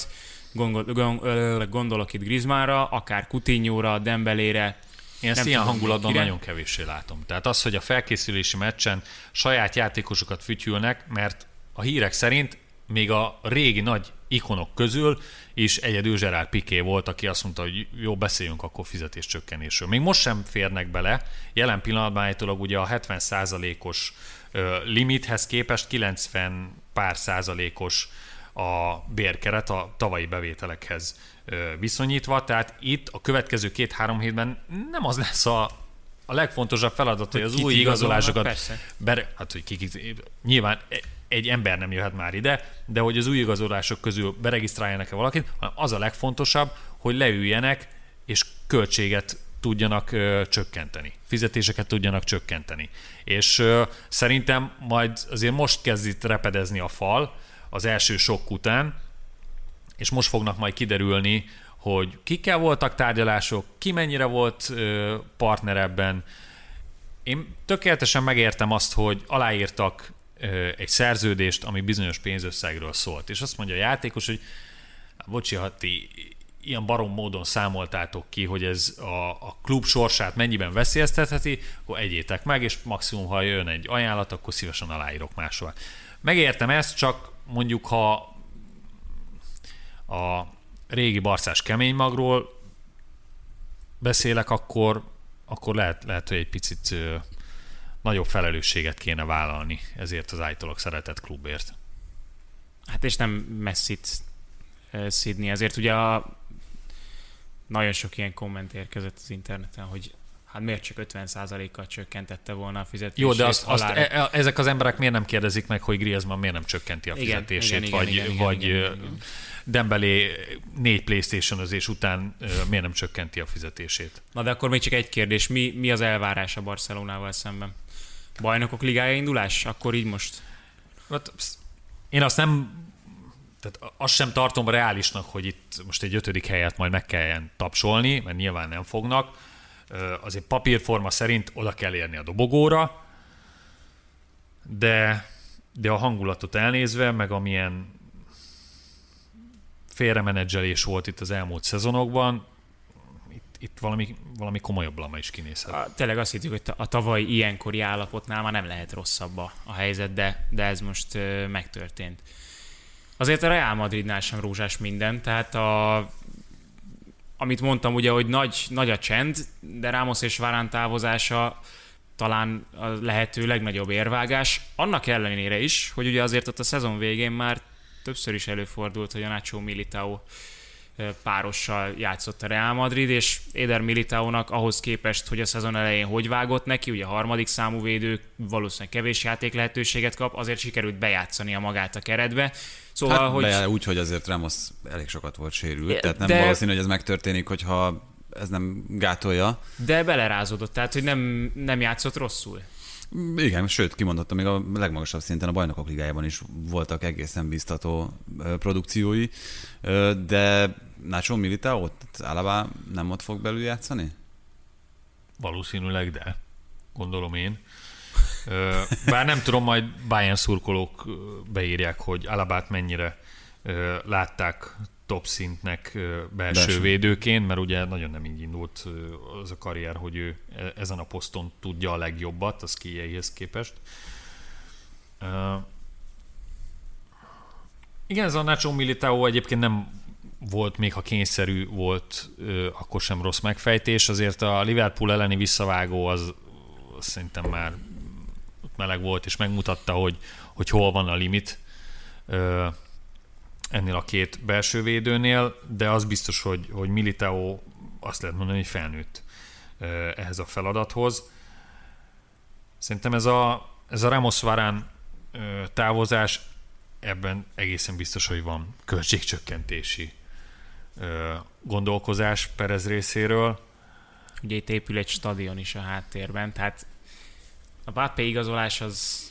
Speaker 5: gondol, gondol, gondolok itt Griezmannra, akár Coutinho-ra, Dembélére.
Speaker 6: Én ezt ilyen hangulatban nagyon kevéssé látom. Tehát az, hogy a felkészülési meccsen saját játékosokat fütyülnek, mert a hírek szerint még a régi nagy ikonok közül is egyedül Gerard Piqué volt, aki azt mondta, hogy jó, beszéljünk akkor fizetéscsökkenésről. Még most sem férnek bele, jelen pillanatban állítólag ugye a hetven százalékos limithez képest kilencven pár százalékos a bérkeret a tavalyi bevételekhez viszonyítva, tehát itt a következő két-három hétben nem az lesz a, a legfontosabb feladat, hogy az új igazolásokat... Bere, hát, hogy kik, nyilván egy ember nem jöhet már ide, de hogy az új igazolások közül beregisztráljanak-e valakit, hanem az a legfontosabb, hogy leüljenek és költséget tudjanak ö, csökkenteni, fizetéseket tudjanak csökkenteni. És ö, szerintem majd azért most kezd itt repedezni a fal az első sok után, és most fognak majd kiderülni, hogy kikkel voltak tárgyalások, ki mennyire volt ö, partner ebben. Én tökéletesen megértem azt, hogy aláírtak egy szerződést, ami bizonyos pénzösszegről szólt. És azt mondja a játékos, hogy bocsi, ha ti ilyen barom módon számoltátok ki, hogy ez a, a klub sorsát mennyiben veszélyeztetheti, akkor egyétek meg, és maximum, ha jön egy ajánlat, akkor szívesen aláírok máshol. Megértem ezt, csak mondjuk, ha a régi barcás keménymagról beszélek, akkor, akkor lehet, lehet, hogy egy picit nagyobb felelősséget kéne vállalni ezért az általak szeretett klubért.
Speaker 5: Hát és nem messzit szidni, ezért ugye a, nagyon sok ilyen komment érkezett az interneten, hogy hát miért csak ötven százalékkal csökkentette volna a fizetését.
Speaker 6: Jó, de azt, azt e, ezek az emberek miért nem kérdezik meg, hogy Griezmann miért nem csökkenti a fizetését, igen, vagy, igen, igen, vagy igen, igen, igen. Dembélé négy PlayStation-özés után miért nem csökkenti a fizetését.
Speaker 5: Na de akkor még csak egy kérdés, mi, mi az elvárás a Barcelonával szemben? Bajnokok ligája indulás? Akkor így most?
Speaker 6: Hát, én azt nem, tehát azt sem tartom reálisnak, hogy itt most egy ötödik helyet majd meg kelljen tapsolni, mert nyilván nem fognak. Azért papírforma szerint oda kell érni a dobogóra, de, de a hangulatot elnézve, meg amilyen félremenedzselés volt itt az elmúlt szezonokban, itt, itt valami, valami komolyabb lama is kinézhet.
Speaker 5: A, tényleg azt hittük, hogy a tavalyi ilyenkori állapotnál már nem lehet rosszabb a, a helyzet, de, de ez most ö, megtörtént. Azért a Real Madridnál sem rózsás minden, tehát a, amit mondtam ugye, hogy nagy, nagy a csend, de Ramos és Varane távozása talán a lehető legnagyobb érvágás. Annak ellenére is, hogy ugye azért ott a szezon végén már többször is előfordult, hogy a Nacho Militao párossal játszott a Real Madrid, és Eder Militaónak ahhoz képest, hogy a szezon elején hogy vágott neki, ugye a harmadik számú védő valószínűleg kevés játék lehetőséget kap, azért sikerült bejátszania magát a keretbe. Szóval,
Speaker 7: hát
Speaker 5: hogy...
Speaker 7: be, úgy, hogy azért Ramos elég sokat volt sérült,
Speaker 5: de,
Speaker 7: tehát nem
Speaker 5: de...
Speaker 7: valószínű, hogy ez megtörténik, hogyha ez nem gátolja.
Speaker 5: De belerázódott, tehát hogy nem, nem játszott rosszul.
Speaker 7: Igen, sőt, kimondottam, még a legmagasabb szinten a Bajnokok Ligájában is voltak egészen biztató produkciói, de Nacho Militao, Alaba nem ott fog belül játszani?
Speaker 6: Valószínűleg, de gondolom én. Bár nem tudom, majd Bayern szurkolók beírják, hogy Alabát mennyire látták top szintnek belső Belső. védőként, mert ugye nagyon nem így indult az a karrier, hogy ő ezen a poszton tudja a legjobbat a szkijeihez képest. Uh, igen, ez a Nacho Militao egyébként nem volt, még ha kényszerű volt, uh, akkor sem rossz megfejtés. Azért a Liverpool elleni visszavágó az, az szerintem már meleg volt, és megmutatta, hogy, hogy hol van a limit. Uh, ennél a két belső védőnél, de az biztos, hogy, hogy Militao azt lehet mondani, hogy felnőtt ehhez a feladathoz. Szerintem ez a, ez a Ramos Varane távozás, ebben egészen biztos, hogy van költségcsökkentési gondolkozás Perez részéről.
Speaker 5: Ugye itt épül egy stadion is a háttérben, tehát a Mbappé igazolás az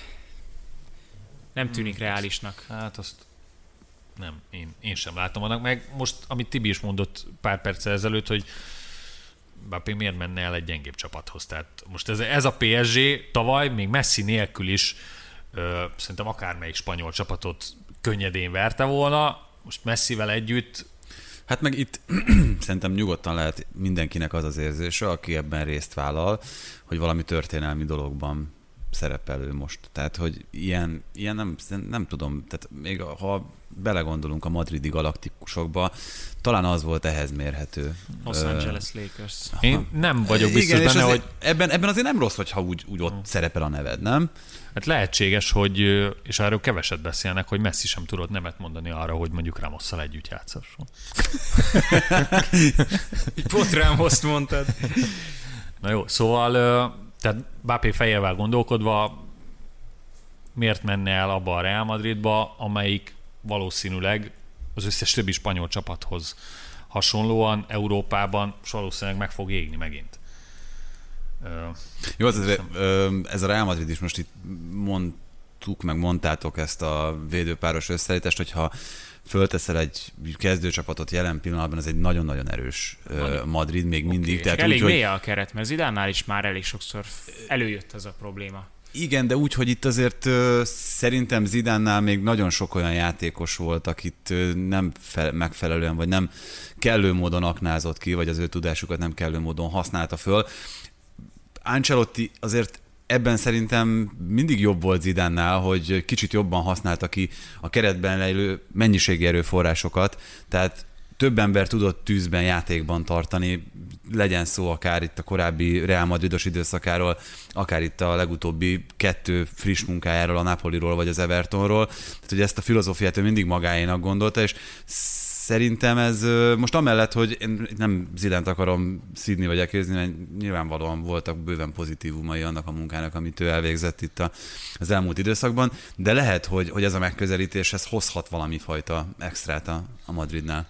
Speaker 5: nem tűnik reálisnak.
Speaker 6: Hát azt nem, én, én sem látom annak. Meg most, amit Tibi is mondott pár perccel ezelőtt, hogy Mbappé miért menne el egy gyengébb csapathoz. Tehát most ez, ez a pé es gé tavaly még Messi nélkül is ö, szerintem akármelyik spanyol csapatot könnyedén verte volna. most Messivel együtt.
Speaker 7: Hát meg itt szerintem nyugodtan lehet mindenkinek az az érzése, aki ebben részt vállal, hogy valami történelmi dologban szerepelő most. Tehát, hogy ilyen, ilyen nem, nem tudom, tehát még ha belegondolunk a madridi galaktikusokba, talán az volt ehhez mérhető.
Speaker 5: Los Angeles Lakers.
Speaker 6: Én nem vagyok biztos
Speaker 7: igen,
Speaker 6: benne, hogy...
Speaker 7: Ebben, ebben azért nem rossz, hogyha úgy, úgy ott szerepel a neved, nem?
Speaker 6: Hát lehetséges, hogy, és erről keveset beszélnek, hogy Messi sem tudott nemet mondani arra, hogy mondjuk Ramosszal együtt játszasson.
Speaker 5: Pont Ramoszt mondtad.
Speaker 6: Na jó, szóval, tehát Mbappé fejével gondolkodva, miért menne el abba a Real Madridba, amelyik valószínűleg az összes többi spanyol csapathoz hasonlóan Európában és valószínűleg meg fog égni megint.
Speaker 7: Jó, ez, ez a Real Madrid is most itt mondtuk, meg mondtátok ezt a védőpáros összeállítást, hogyha fölteszel egy kezdőcsapatot jelen pillanatban, ez egy nagyon-nagyon erős Madrid, Madrid még mindig.
Speaker 5: Okay. Tehát elég mély a keret, mert Zidánál is már elég sokszor előjött ez a probléma.
Speaker 7: Igen, de úgy, hogy itt azért uh, szerintem Zidánnál még nagyon sok olyan játékos volt, akit uh, nem fe- megfelelően, vagy nem kellő módon aknázott ki, vagy az ő tudásukat nem kellő módon használta föl. Ancelotti azért ebben szerintem mindig jobb volt Zidánnál, hogy kicsit jobban használta ki a keretben lejlő mennyiségi erőforrásokat, tehát több ember tudott tűzben, játékban tartani, legyen szó akár itt a korábbi Real Madridos időszakáról, akár itt a legutóbbi kettő friss munkájáról, a Napoliról vagy az Evertonról. Tehát, hogy ezt a filozófiát ő mindig magáénak gondolta, és szerintem ez most amellett, hogy én nem Zidánt akarom szídni vagy ekézni, mert nyilvánvalóan voltak bőven pozitívumai annak a munkának, amit ő elvégzett itt az elmúlt időszakban, de lehet, hogy, hogy ez a megközelítés ez hozhat valami fajta extrát a, a Madridnál.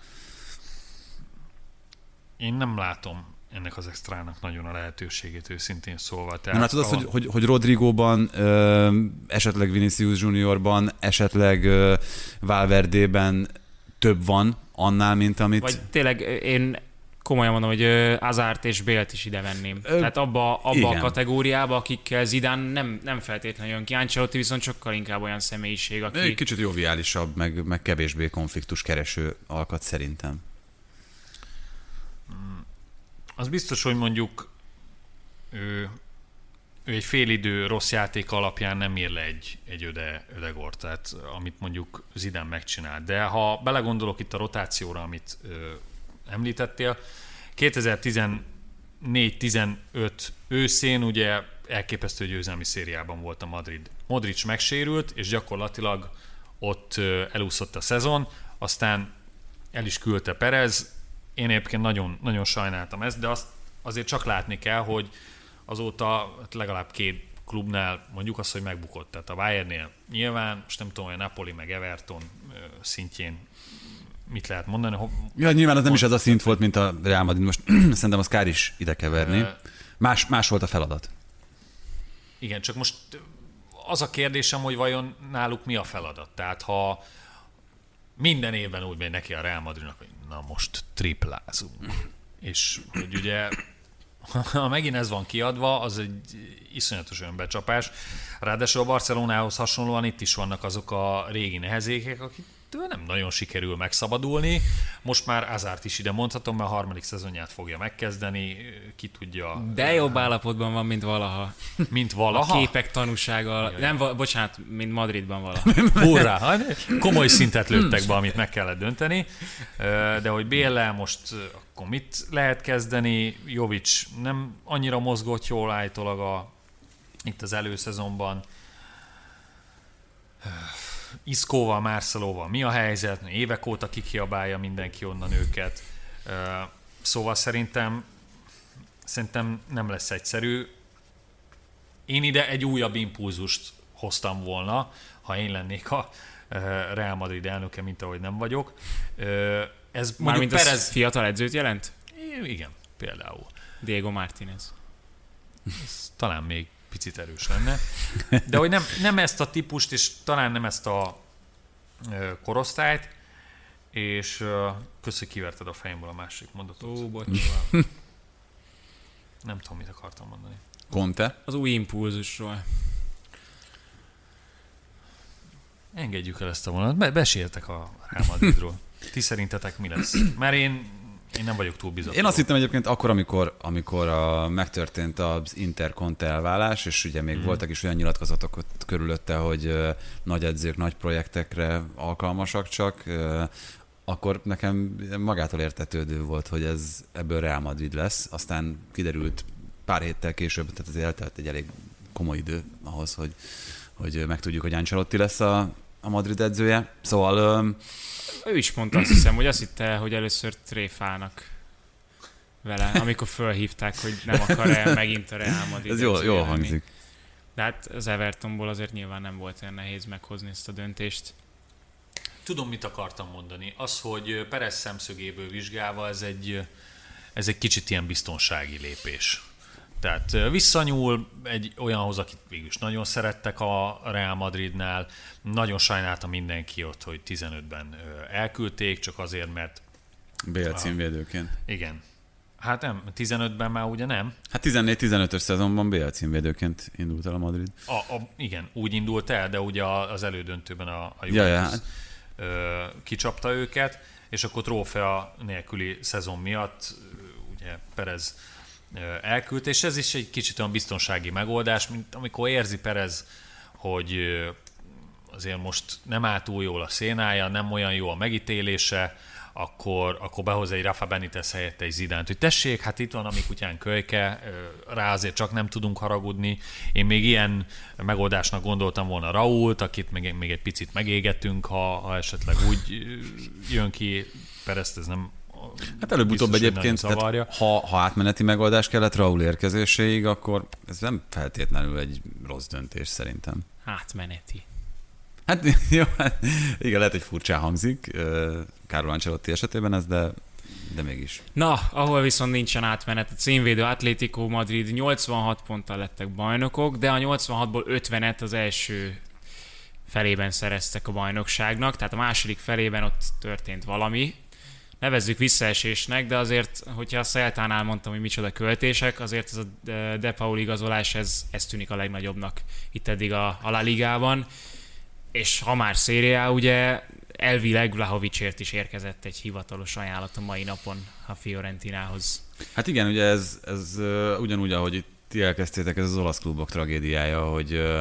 Speaker 6: Én nem látom ennek az extrának nagyon a lehetőségét, őszintén szólva. Tehát
Speaker 7: nem látod azt, hogy, hogy, hogy Rodrigóban, ö, esetleg Vinicius Juniorban, esetleg ö, Valverdében több van annál, mint amit...
Speaker 5: Vagy tényleg én komolyan mondom, hogy Hazárt és Bélt is ide venném. Ö, Tehát abba, abba a kategóriába, akikkel Zidane nem, nem feltétlenül jön ki. Ancelotti viszont sokkal inkább olyan személyiség, aki...
Speaker 7: Egy kicsit joviálisabb, meg, meg kevésbé konfliktus kereső alkat szerintem.
Speaker 6: Az biztos, hogy mondjuk ő, ő egy félidő rossz játék alapján nem ír le egy, egy öde, ödegort, tehát amit mondjuk Zidane megcsinált. De ha belegondolok itt a rotációra, amit ö, említettél, kétezer-tizennégy tizenöt őszén ugye elképesztő győzelmi szériában volt a Madrid. Modric megsérült, és gyakorlatilag ott ö, elúszott a szezon, aztán el is küldte Perez. Én egyébként nagyon, nagyon sajnáltam ezt, de azt azért csak látni kell, hogy azóta legalább két klubnál mondjuk azt, hogy megbukott. Tehát a Bayernnél nyilván, most nem tudom, hogy a Napoli meg Everton szintjén mit lehet mondani.
Speaker 7: Ja, nyilván az nem is az a szint volt, mint a Real Madrid. Most szerintem az kár is ide keverni. Más, más volt a feladat.
Speaker 6: Igen, csak most az a kérdésem, hogy vajon náluk mi a feladat. Tehát ha minden évben úgy megy neki a Real Madridnak, hogy na most triplázunk. És hogy ugye, ha megint ez van kiadva, az egy iszonyatos önbecsapás. Ráadásul a Barcelonához hasonlóan itt is vannak azok a régi nehezékek, akik nem nagyon sikerül megszabadulni. Most már Hazárt is ide mondhatom, mert a harmadik szezonját fogja megkezdeni, ki tudja.
Speaker 5: De jobb állapotban van, mint valaha.
Speaker 6: Mint valaha?
Speaker 5: A képek tanúsággal. Nem, bocsánat, mint Madridban valaha.
Speaker 6: Hurrá! Komoly szintet lőttek be, amit meg kellett dönteni. De hogy Béllel most akkor mit lehet kezdeni? Jovic nem annyira mozgott jól állítólag a, itt az előszezonban. Iszkóval, Marcelóval mi a helyzet? Évek óta kikiabálja mindenki onnan őket. Szóval szerintem, szerintem nem lesz egyszerű. Én ide egy újabb impulzust hoztam volna, ha én lennék a Real Madrid elnöke, mint ahogy nem vagyok. Ez
Speaker 5: Mármint Perez fiatal edzőt jelent?
Speaker 6: Igen, például.
Speaker 5: Diego Martínez.
Speaker 6: Ez talán még picit erős lenne. De hogy nem, nem ezt a típust, és talán nem ezt a korosztályt, és köszönjük, hogy kiverted a fejemből a másik mondatot.
Speaker 5: Ó, bocs.
Speaker 6: Nem tudom, mit akartam mondani.
Speaker 7: Conte?
Speaker 5: Az új impulzusról.
Speaker 6: Engedjük el ezt a vonalat. Be- beséltek a Real Madridról. Ti szerintetek mi lesz? Mert én, én nem vagyok túl bizakodó.
Speaker 7: Én azt hittem egyébként akkor, amikor, amikor a, megtörtént az Inter-Conte elválás, és ugye még mm. voltak is olyan nyilatkozatok ott körülötte, hogy uh, nagy edzők nagy projektekre alkalmasak csak, uh, akkor nekem magától értetődő volt, hogy ez ebből Real Madrid lesz. Aztán kiderült pár héttel később, tehát azért eltelt egy elég komoly idő ahhoz, hogy, hogy megtudjuk, hogy Ancelotti lesz a, a Madrid edzője. Szóval... Um,
Speaker 5: ő is mondta, azt hiszem, hogy azt hitte, hogy először tréfálnak vele, amikor fölhívták, hogy nem akar-e megint a Real Madrid.
Speaker 7: Ez jól, jól hangzik.
Speaker 5: De hát az Evertonból azért nyilván nem volt olyan nehéz meghozni ezt a döntést.
Speaker 6: Tudom, mit akartam mondani. Az, hogy Perez szemszögéből vizsgálva, ez egy, ez egy kicsit ilyen biztonsági lépés. Tehát visszanyúl egy olyanhoz, akit végülis nagyon szerettek a Real Madridnál. Nagyon sajnálta mindenki ott, hogy tizenötben elküldték, csak azért, mert...
Speaker 7: Bél címvédőként.
Speaker 6: Igen. Hát nem, tizenötben már ugye nem.
Speaker 7: Hát tizennégy-tizenötös szezonban bé el címvédőként indult el a Madrid.
Speaker 6: A, a, igen, úgy indult el, de ugye az elődöntőben a, a
Speaker 7: ja, ja.
Speaker 6: ö, kicsapta őket, és akkor trófea nélküli szezon miatt ugye Perez elküldte, és ez is egy kicsit olyan biztonsági megoldás, mint amikor érzi Perez, hogy azért most nem áll túl jól a szénája, nem olyan jó a megítélése, akkor, akkor behoz egy Rafa Benitez helyett egy Zidánt, hogy tessék, hát itt van a mi kutyán kölyke, rá azért csak nem tudunk haragudni. Én még ilyen megoldásnak gondoltam volna Raúlt, akit még, még egy picit megégetünk, ha, ha esetleg úgy jön ki, Perezt ez nem...
Speaker 7: Hát előbb-utóbb egyébként, tehát, ha, ha átmeneti megoldás kellett Raúl érkezéséig, akkor ez nem feltétlenül egy rossz döntés szerintem.
Speaker 5: Átmeneti.
Speaker 7: Hát jó, hát, igen, lehet, hogy furcsán hangzik Carlo Ancelotti esetében ez, de, de mégis.
Speaker 5: Na, ahol viszont nincsen átmenet, a címvédő Atlético Madrid nyolcvanhat ponttal lettek bajnokok, de a nyolcvanhatból ötvenet az első felében szereztek a bajnokságnak, tehát a második felében ott történt valami. Nevezzük visszaesésnek, de azért, hogyha a Celtánál mondtam, hogy micsoda költések, azért ez a De Paul igazolás, ez, ez tűnik a legnagyobbnak itt eddig a, a La Ligában. És ha már Serie A, ugye elvileg Vlahovicsért is érkezett egy hivatalos ajánlat a mai napon a Fiorentinához.
Speaker 7: Hát igen, ugye ez, ez uh, ugyanúgy, ahogy itt ti elkezdtétek, ez az olasz klubok tragédiája, hogy uh,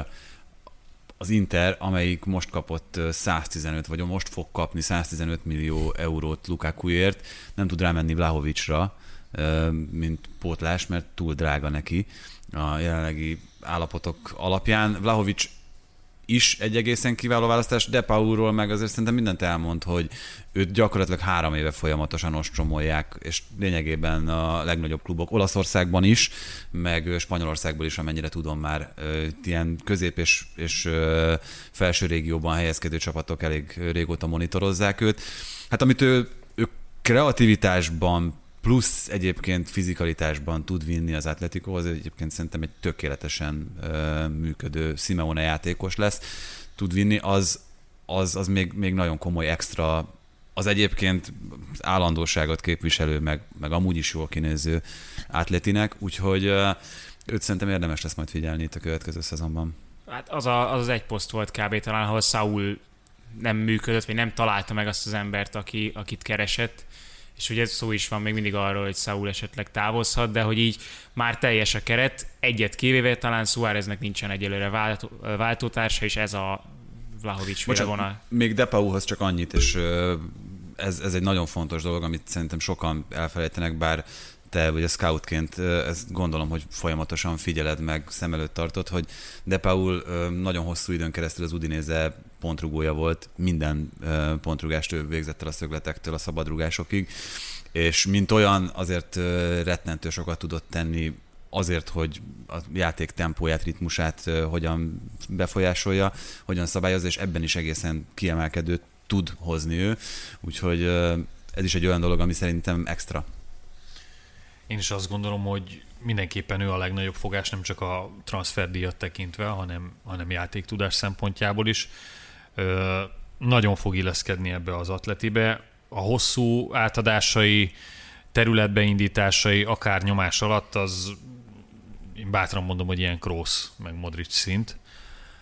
Speaker 7: az Inter, amelyik most kapott száztizenöt, vagy most fog kapni száztizenöt millió eurót Lukakuért, nem tud rámenni Vlahovicsra, uh, mint pótlás, mert túl drága neki a jelenlegi állapotok alapján. Vlahovics is egy egészen kiváló választás, De Paulról meg azért szerintem mindent elmond, hogy őt gyakorlatilag három éve folyamatosan ostromolják, és lényegében a legnagyobb klubok Olaszországban is, meg Spanyolországból is, amennyire tudom már, ilyen közép és, és felső régióban helyezkedő csapatok elég régóta monitorozzák őt. Hát amit ő, ő kreativitásban plusz egyébként fizikalitásban tud vinni az Atleticohoz, egyébként szerintem egy tökéletesen uh, működő Simeone játékos lesz, tud vinni, az, az, az még, még nagyon komoly extra, az egyébként állandóságot képviselő, meg, meg amúgy is jól kinéző Atletinek, úgyhogy uh, őt szerintem érdemes lesz majd figyelni itt a következő szezonban.
Speaker 5: Hát az a, az, az egy poszt volt kb. Talán, ahol Saul nem működött, vagy nem találta meg azt az embert, aki, akit keresett. És ugye szó is van még mindig arról, hogy Saul esetleg távozhat, de hogy így már teljes a keret, egyet kivéve, talán Suáreznek nincsen egyelőre váltó, váltótársa, és ez a Vlahovics féle vonal.
Speaker 7: Még De Paulhoz csak annyit, és ez, ez egy nagyon fontos dolog, amit szerintem sokan elfelejtenek, bár te ugye scoutként ezt gondolom, hogy folyamatosan figyeled meg, szem előtt tartod, hogy De Paul nagyon hosszú időn keresztül az Udinese pontrugója volt, minden pontrugást ő végzett el a szögletektől a szabadrugásokig, és mint olyan azért rettentő sokat tudott tenni azért, hogy a játék tempóját, ritmusát hogyan befolyásolja, hogyan szabályozza, és ebben is egészen kiemelkedő tud hozni ő, úgyhogy ez is egy olyan dolog, ami szerintem extra.
Speaker 6: Én is azt gondolom, hogy mindenképpen ő a legnagyobb fogás, nem csak a transferdíjat tekintve, hanem, hanem játéktudás szempontjából is. Ö, nagyon fog illeszkedni ebbe az Atletibe. A hosszú átadásai, területbeindításai, akár nyomás alatt, az én bátran mondom, hogy ilyen Kroos meg Modric szint.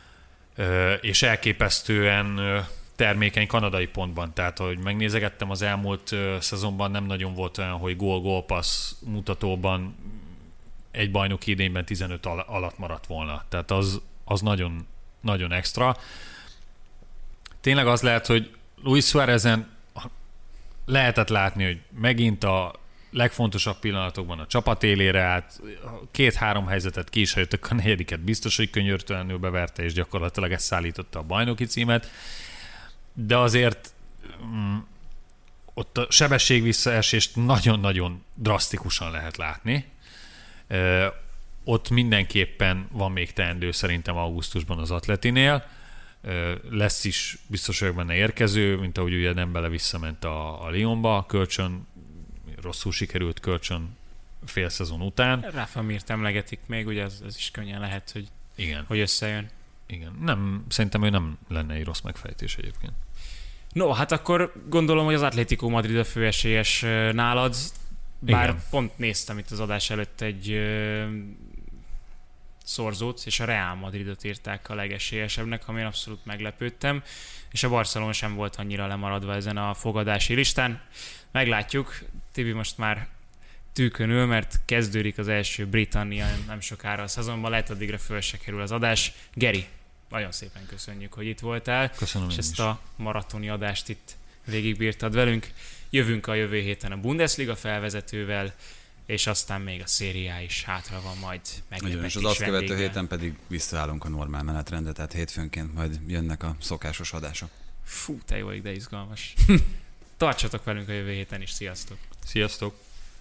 Speaker 6: és elképesztően termékeny kanadai pontban. Tehát, ahogy megnézegettem, az elmúlt szezonban nem nagyon volt olyan, hogy gól-gól-passz mutatóban egy bajnoki idényben tizenöt alatt maradt volna. Tehát az, az nagyon, nagyon extra. Tényleg az lehet, hogy Luis Suárezen lehetett látni, hogy megint a legfontosabb pillanatokban a csapat élére állt, két-három helyzetet ki is hagytak, a negyediket biztos, hogy könyörtelenül beverte, és gyakorlatilag ezt szállította a bajnoki címet. De azért mm, ott a sebesség visszaesést nagyon-nagyon drasztikusan lehet látni. Ö, ott mindenképpen van még teendő szerintem augusztusban az Atletinél. Ö, lesz is biztos vagyok benne érkező, mint ahogy ugye Dembele visszament a, a Lyonba, kölcsön, rosszul sikerült kölcsön fél szezon után.
Speaker 5: Rafa Mirt emlegetik még, ugye az, az is könnyen lehet, hogy,
Speaker 6: Igen.
Speaker 5: hogy összejön.
Speaker 6: Igen, nem, szerintem ő nem lenne egy rossz megfejtés egyébként.
Speaker 5: No, hát akkor gondolom, hogy az Atlético Madrid a főesélyes nálad, bár
Speaker 6: Igen.
Speaker 5: pont néztem itt az adás előtt egy ö, szorzót, és a Real Madridot írták a legesélyesebbnek, amin abszolút meglepődtem, és a Barcelona sem volt annyira lemaradva ezen a fogadási listán. Meglátjuk, Tibi most már tűkön ül, mert kezdődik az első Britannia nem sokára a szezonban, lehet addigra föl se kerül az adás. Geri, nagyon szépen köszönjük, hogy itt voltál,
Speaker 6: Köszönöm
Speaker 5: és
Speaker 6: én
Speaker 5: ezt
Speaker 6: is.
Speaker 5: a maratoni adást itt végigbírtad velünk. Jövünk a jövő héten a Bundesliga felvezetővel, és aztán még a szériá is hátra van majd meglepetés
Speaker 7: És az azt követő
Speaker 5: vendéggel.
Speaker 7: héten pedig visszaállunk a normál menetrendre, tehát hétfőnként majd jönnek a szokásos adások.
Speaker 5: Fú, te jó ég, de izgalmas. Tartsatok velünk a jövő héten is, sziasztok!
Speaker 6: Sziasztok!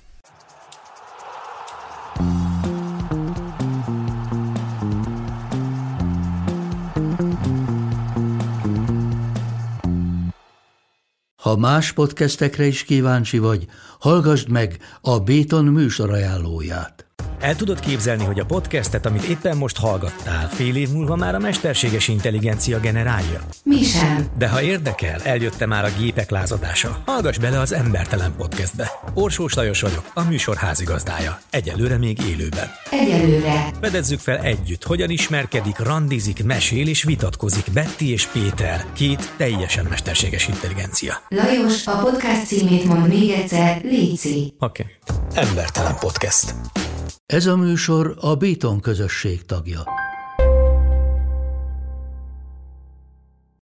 Speaker 1: Ha más podcastekre is kíváncsi vagy, hallgassd meg a Béton műsor ajánlóját.
Speaker 8: El tudod képzelni, hogy a podcastet, amit éppen most hallgattál, fél év múlva már a mesterséges intelligencia generálja?
Speaker 9: Mi sem.
Speaker 8: De ha érdekel, eljötte már a gépek lázadása. Hallgass bele az Embertelen Podcastbe. Orsós Lajos vagyok, a műsor házigazdája. Egyelőre még élőben.
Speaker 9: Egyelőre.
Speaker 8: Fedezzük fel együtt, hogyan ismerkedik, randizik, mesél és vitatkozik Betty és Péter, két teljesen mesterséges intelligencia.
Speaker 9: Lajos, a podcast címét mond még egyszer, léci.
Speaker 8: Oké. Okay. Embertelen Podcast.
Speaker 1: Ez a műsor a Béton közösség tagja.